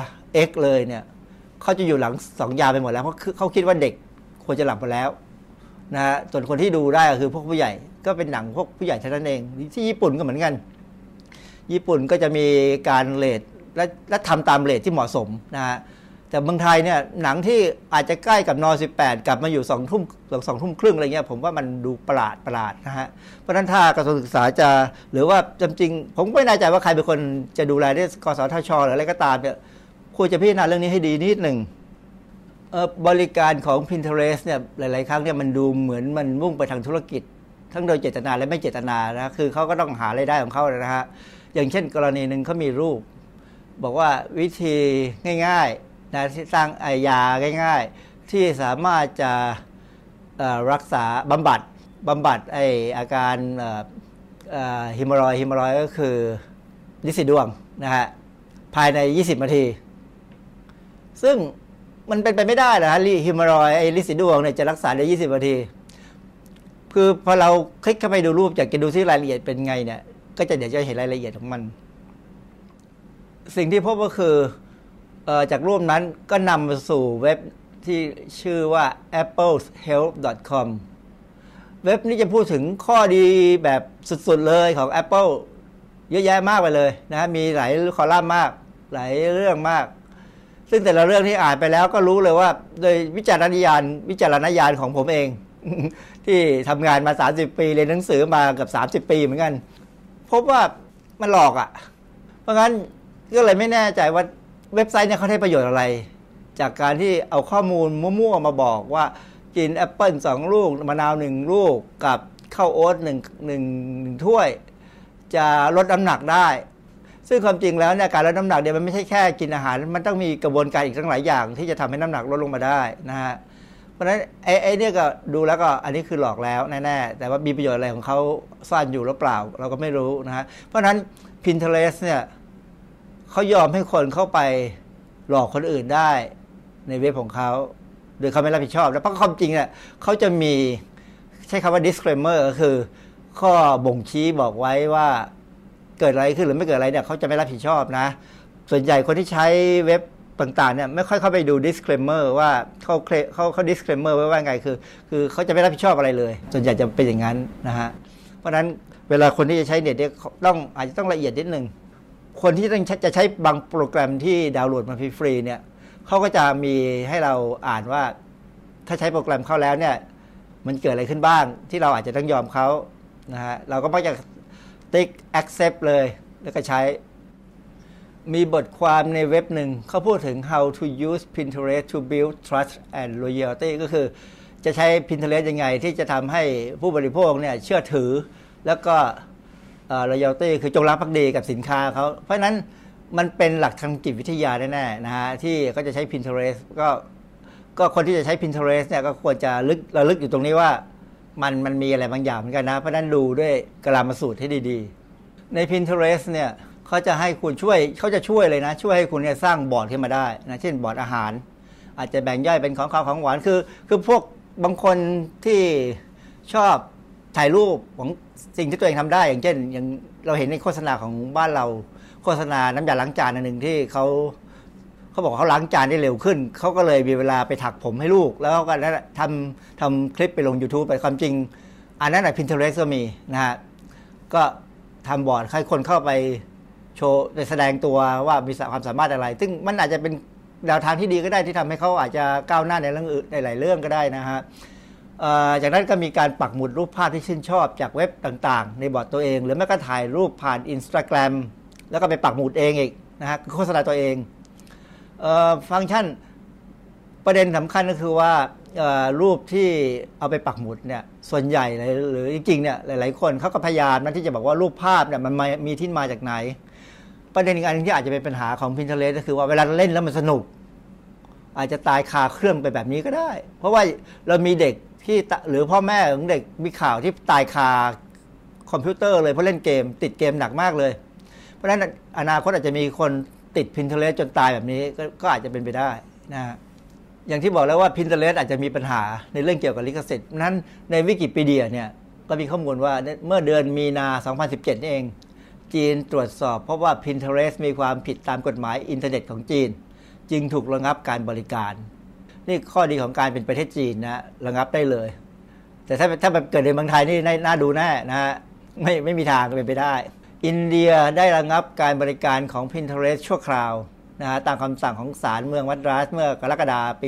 X เลยเนี่ยเขาจะอยู่หลัง2 ยามไปหมดแล้วเพราะเขาคิดว่าเด็กควรจะหลับไปแล้วนะฮะส่วนคนที่ดูได้ก็คือพวกผู้ใหญ่ก็เป็นหนังพวกผู้ใหญ่เท่านั้นเองที่ญี่ปุ่นก็เหมือนกันญี่ปุ่นก็จะมีการเรทและทำตามเรทที่เหมาะสมนะฮะแต่เมืองไทยเนี่ยหนังที่อาจจะใกล้กับน.18 กลับมาอยู่2 ทุ่ม2 ทุ่มครึ่งอะไรเงี้ยผมว่ามันดูประหลาดนะฮะเพราะฉะนั้นถ้ากระทรวงศึกษาจะหรือว่าจริงๆผมไม่แน่ใจว่าใครเป็นคนจะดูแลที่กสทช.หรืออะไรก็ตามเนี่ยควรจะพิจารณาเรื่องนี้ให้ดีนิดหนึ่งบริการของ Pinterest เนี่ยหลายๆครั้งเนี่ยมันดูเหมือนมันมุ่งไปทางธุรกิจทั้งโดยเจตนาและไม่เจตนานะคือเขาก็ต้องหารายได้ของเขานะฮะอย่างเช่นกรณีหนึ่งเขามีรูปบอกว่าวิธีง่ายๆนะที่สร้างยาง่ายๆที่สามารถจะรักษาบำบัดอาการฮิมารอยก็คือลินสีดวงนะฮะภายใน20 นาทีซึ่งมันเป็นไปไม่ได้นะฮะฮิมารอยลินสีดวงเนี่ยจะรักษาใน20 นาทีคือพอเราคลิกเข้าไปดูรูปอยากจะดูที่รายละเอียดเป็นไงเนี่ยก็จะเดี๋ยวจะเห็นรายละเอียดของมันสิ่งที่พบก็คือจากรูปนั้นก็นำมาสู่เว็บที่ชื่อว่า applehealth.com เว็บนี้จะพูดถึงข้อดีแบบสุดๆเลยของ Apple เยอะแยะมากไปเลยนะมีหลายคอลัมน์มากหลายเรื่องมากซึ่งแต่ละเรื่องที่อ่านไปแล้วก็รู้เลยว่าโดยวิจารณญาณของผมเอง ที่ทำงานมา30 ปีเรียนหนังสือมาเกือบ30 ปีเหมือนกันพบว่ามันหลอกอ่ะเพราะงั้นก็เลยไม่แน่ใจว่าเว็บไซต์เนี่ยเขาได้ประโยชน์อะไรจากการที่เอาข้อมูลมั่วๆมาบอกว่ากินแอปเปิ้ล2 ลูกมะนาว1 ลูกกับข้าวโอ๊ต1ถ้วยจะลดน้ำหนักได้ซึ่งความจริงแล้วเนี่ยการลดน้ำหนักเนี่ยมันไม่ใช่แค่กินอาหารมันต้องมีกระบวนการอีกทั้งหลายอย่างที่จะทำให้น้ำหนักลดลงมาได้นะฮะเพราะฉะนั้นไอ้เนี่ยก็ดูแล้วก็อันนี้คือหลอกแล้วแน่ๆแต่ว่ามีประโยชน์อะไรของเขาซ่อนอยู่หรือเปล่าเราก็ไม่รู้นะฮะเพราะฉะนั้น Pinterest เนี่ยเขายอมให้คนเข้าไปหลอกคนอื่นได้ในเว็บของเขาโดยเขาไม่รับผิดชอบแล้วเพราะความจริงเนี่ยเขาจะมีใช้คำว่า disclaimer ก็คือข้อบ่งชี้บอกไว้ว่าเกิดอะไรขึ้นหรือไม่เกิดอะไรเนี่ยเขาจะไม่รับผิดชอบนะส่วนใหญ่คนที่ใช้เว็บต่างๆเนี่ยไม่ค่อยเข้าไปดู disclaimer ว่าเขา disclaimer ไว้ว่าไงคือเขาจะไม่รับผิดชอบอะไรเลยส่วนใหญ่จะเป็นอย่างนั้นนะฮะเพราะฉะนั้นเวลาคนที่จะใช้เน็ตเนี่ยอาจจะต้องละเอียดนิดนึงคนที่จะใช้บางโปรแกรมที่ดาวน์โหลดมาฟรีๆเนี่ยเขาก็จะมีให้เราอ่านว่าถ้าใช้โปรแกรมเข้าแล้วเนี่ยมันเกิดอะไรขึ้นบ้างที่เราอาจจะต้องยอมเขานะฮะเราก็มักจะติ๊ก accept เลยแล้วก็ใช้มีบทความในเว็บหนึ่งเขาพูดถึง how to use Pinterest to build trust and loyalty ก็คือจะใช้ Pinterest ยังไงที่จะทำให้ผู้บริโภคเนี่ยเชื่อถือแล้วก็loyalty คือจงรักภักดีกับสินค้าเขาเพราะฉะนั้นมันเป็นหลักทางจิตวิทยาแน่ๆนะฮะที่เขาจะใช้ Pinterest ก็คนที่จะใช้ Pinterest เนี่ยก็ควรจะระลึกอยู่ตรงนี้ว่ามันมีอะไรบางอย่างเหมือนกันนะเพราะฉะนั้นดูด้วยกลามสูตรให้ดีๆใน Pinterest เนี่ยเขาจะให้คุณเขาจะช่วยเลยนะช่วยให้คุณเนี่ยสร้างบอร์ดขึ้นมาได้นะเช่นบอร์ดอาหารอาจจะแบ่งย่อยเป็นของข้าวของหวานคือพวกบางคนที่ชอบถ่ายรูปของสิ่งที่ตัวเองทำได้อย่างเช่นอย่างเราเห็นในโฆษณาของบ้านเราโฆษณาน้ำยาล้างจานอันหนึ่งที่เขาบอกว่าเขาล้างจานได้เร็วขึ้นเขาก็เลยมีเวลาไปถักผมให้ลูกแล้วก็ทำคลิปไปลง YouTube ไปความจริงอันนั้นPinterest ก็มีนะฮะก็ทำบอร์ดให้คนเข้าไปโชว์ไปแสดงตัวว่ามีความสามารถอะไรซึ่งมันอาจจะเป็นแนวทางที่ดีก็ได้ที่ทำให้เขาอาจจะก้าวหน้าในเรื่องอื่นในหลายเรื่องก็ได้นะฮะจากนั้นก็มีการปักหมุดรูปภาพที่ชื่นชอบจากเว็บต่างๆในบอร์ดตัวเองหรือแม้ก็ถ่ายรูปผ่าน Instagram แล้วก็ไปปักหมุดเองอีกนะฮะโฆษณาตัวเองฟังก์ชันประเด็นสำคัญก็คือว่ารูปที่เอาไปปักหมุดเนี่ยส่วนใหญ่หรือจริงๆเนี่ยหลายๆคนเขาก็พยายามนะที่จะบอกว่ารูปภาพเนี่ยมันมีที่มาจากไหนประเด็นอีกอันนึงที่อาจจะเป็นปัญหาของ Pinterest ก็คือว่าเวลาเล่นแล้วมันสนุกอาจจะตายคาเครื่องไปแบบนี้ก็ได้เพราะว่าเรามีเด็กที่หรือพ่อแม่ของเด็กมีข่าวที่ตายคาคอมพิวเตอร์เลยเพราะเล่นเกมติดเกมหนักมากเลยเพราะฉะนั้นอนาคตอาจจะมีคนติด Pinterest จนตายแบบนี้ก็อาจจะเป็นไปได้นะฮะอย่างที่บอกแล้วว่า Pinterest อาจจะมีปัญหาในเรื่องเกี่ยวกับลิขสิทธิ์นั้นในวิกิพีเดียเนี่ยก็มีข้อมูลว่าเมื่อเดือนมีนา 2017 นี่เองจีนตรวจสอบเพราะว่า Pinterest มีความผิดตามกฎหมายอินเทอร์เน็ตของจีนจึงถูกระงับการบริการนี่ข้อดีของการเป็นประเทศจีนนะระงับได้เลยแต่ถ้าเกิดในเมืองไทยนี่น่าดูแน่นะฮะไม่มีทางเป็นไปได้อินเดียได้ระงับการบริการของ Pinterest ชั่วคราวนะฮะตามคำสั่งของศาลเมืองมัดราสเมื่อกรกฎาคมปี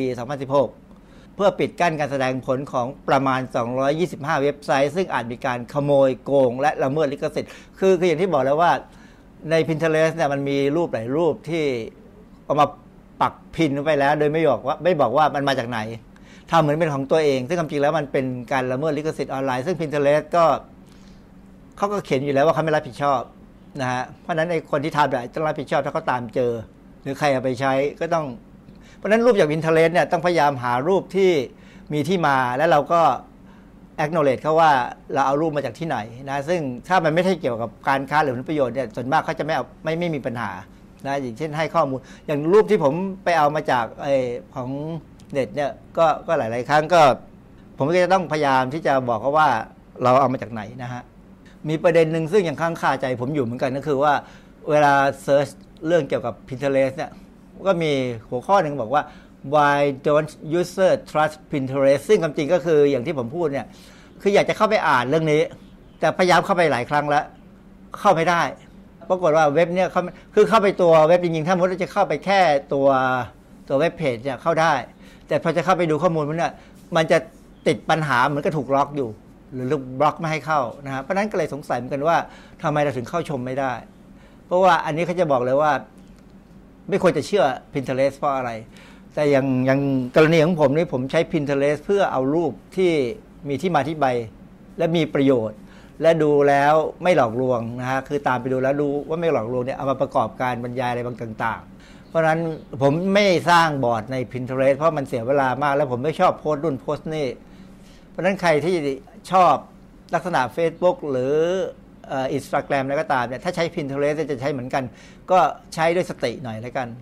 2016 เพื่อปิดกั้นการแสดงผลของประมาณ225เว็บไซต์ซึ่งอาจมีการขโมยโกงและละเมิดลิขสิทธิ์คืออย่างที่บอกแล้วว่าใน Pinterest เนี่ยมันมีรูปหลายรูปที่เอามาปักพินไปแล้วโดยไม่บอกว่ามันมาจากไหนทำเหมือนเป็นของตัวเองซึ่งความจริงแล้วมันเป็นการละเมิดลิขสิทธิ์ออนไลน์ซึ่ง Pinterest ก็เขาก็เขียนอยู่แล้วว่าเขาไม่รับผิดชอบนะฮะเพราะฉะนั้นไอ้คนที่ทำแบบต้องรับผิดชอบถ้าเขาตามเจอหรือใครเอาไปใช้ก็ต้องเพราะฉะนั้นรูปจาก Pinterest เนี่ยต้องพยายามหารูปที่มีที่มาแล้วเราก็ acknowledge เขาว่าเราเอารูปมาจากที่ไหนนะซึ่งถ้ามันไม่ได้เกี่ยวกับการค้าหรือผลประโยชน์เนี่ยส่วนมากเขาจะไม่มีปัญหานะอย่างเช่นให้ข้อมูลอย่างรูปที่ผมไปเอามาจากของเน็ตเนี่ยก็หลายๆครั้งก็ผมก็จะต้องพยายามที่จะบอกเขาว่าเราเอามาจากไหนนะฮะมีประเด็นหนึ่งซึ่งยังค้างคาใจผมอยู่เหมือนกันก็คือว่าเวลาเซิร์ชเรื่องเกี่ยวกับ Pinterest เนี่ยก็มีหัวข้อหนึ่งบอกว่า why don't user trust Pinterest ซึ่งความจริงก็คืออย่างที่ผมพูดเนี่ยคืออยากจะเข้าไปอ่านเรื่องนี้แต่พยายามเข้าไปหลายครั้งแล้วเข้าไม่ได้ปรากฏว่าเว็บเนี่ยคือเข้าไปตัวเว็บจริงๆถ้ามันจะเข้าไปแค่ตัวเว็บเพจเนี่ยเข้าได้แต่พอจะเข้าไปดูข้อมูลมันเนี่ยมันจะติดปัญหาเหมือนกับถูกล็อกอยู่หรือบล็อกไม่ให้เข้านะฮะเพราะนั้นก็เลยสงสัยเหมือนกันว่าทำไมเราถึงเข้าชมไม่ได้เพราะว่าอันนี้เขาจะบอกเลยว่าไม่ควรจะเชื่อ Pinterest เพราะอะไรแต่อย่างกรณีของผมนี่ผมใช้ Pinterest เพื่อเอารูปที่มีที่มาที่ไปและมีประโยชน์และดูแล้วไม่หลอกลวงนะฮะคือตามไปดูแล้วดูว่าไม่หลอกลวงเนี่ยเอามาประกอบการบรรยายอะไรบางต่างๆเพราะฉะนั้นผมไม่สร้างบอร์ดใน Pinterest เพราะมันเสียเวลามากแล้วผมไม่ชอบโพสต์นู่นโพสต์นี่เพราะฉะนั้นใครที่ชอบลักษณะ Facebook หรือInstagram อะไรก็ตามเนี่ยถ้าใช้ Pinterest จะใช้เหมือนกันก็ใช้ด้วยสติหน่อยแล้วกัน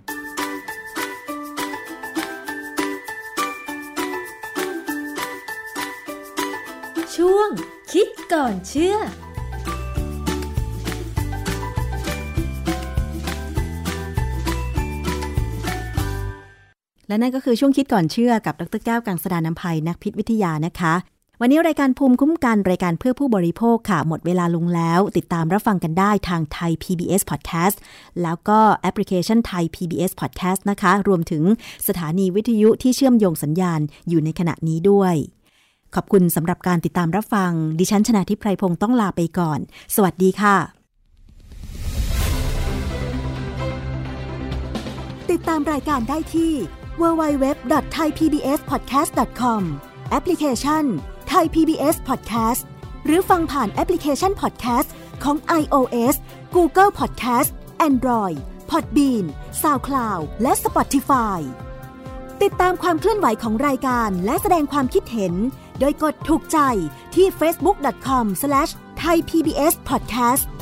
ช่วงคิดก่อนเชื่อและนั่นก็คือช่วงคิดก่อนเชื่อกับดร.แก้วกังสดาลอำไพนักพิษวิทยานะคะวันนี้รายการภูมิคุ้มกันรายการเพื่อผู้บริโภคค่ะหมดเวลาลงแล้วติดตามรับฟังกันได้ทางไทย PBS Podcast แล้วก็แอปพลิเคชันไทย PBS Podcast นะคะรวมถึงสถานีวิทยุที่เชื่อมโยงสัญญาณอยู่ในขณะนี้ด้วยขอบคุณสำหรับการติดตามรับฟังดิฉันชนาธิป ไพรพงศ์ต้องลาไปก่อนสวัสดีค่ะติดตามรายการได้ที่ www.thaipbspodcast.com แอปพลิเคชัน Thai PBS Podcast หรือฟังผ่านแอปพลิเคชัน Podcast ของ iOS Google Podcast Android Podbean SoundCloud และ Spotify ติดตามความเคลื่อนไหวของรายการและแสดงความคิดเห็นโดยกดถูกใจที่ facebook.com/thaipbspodcast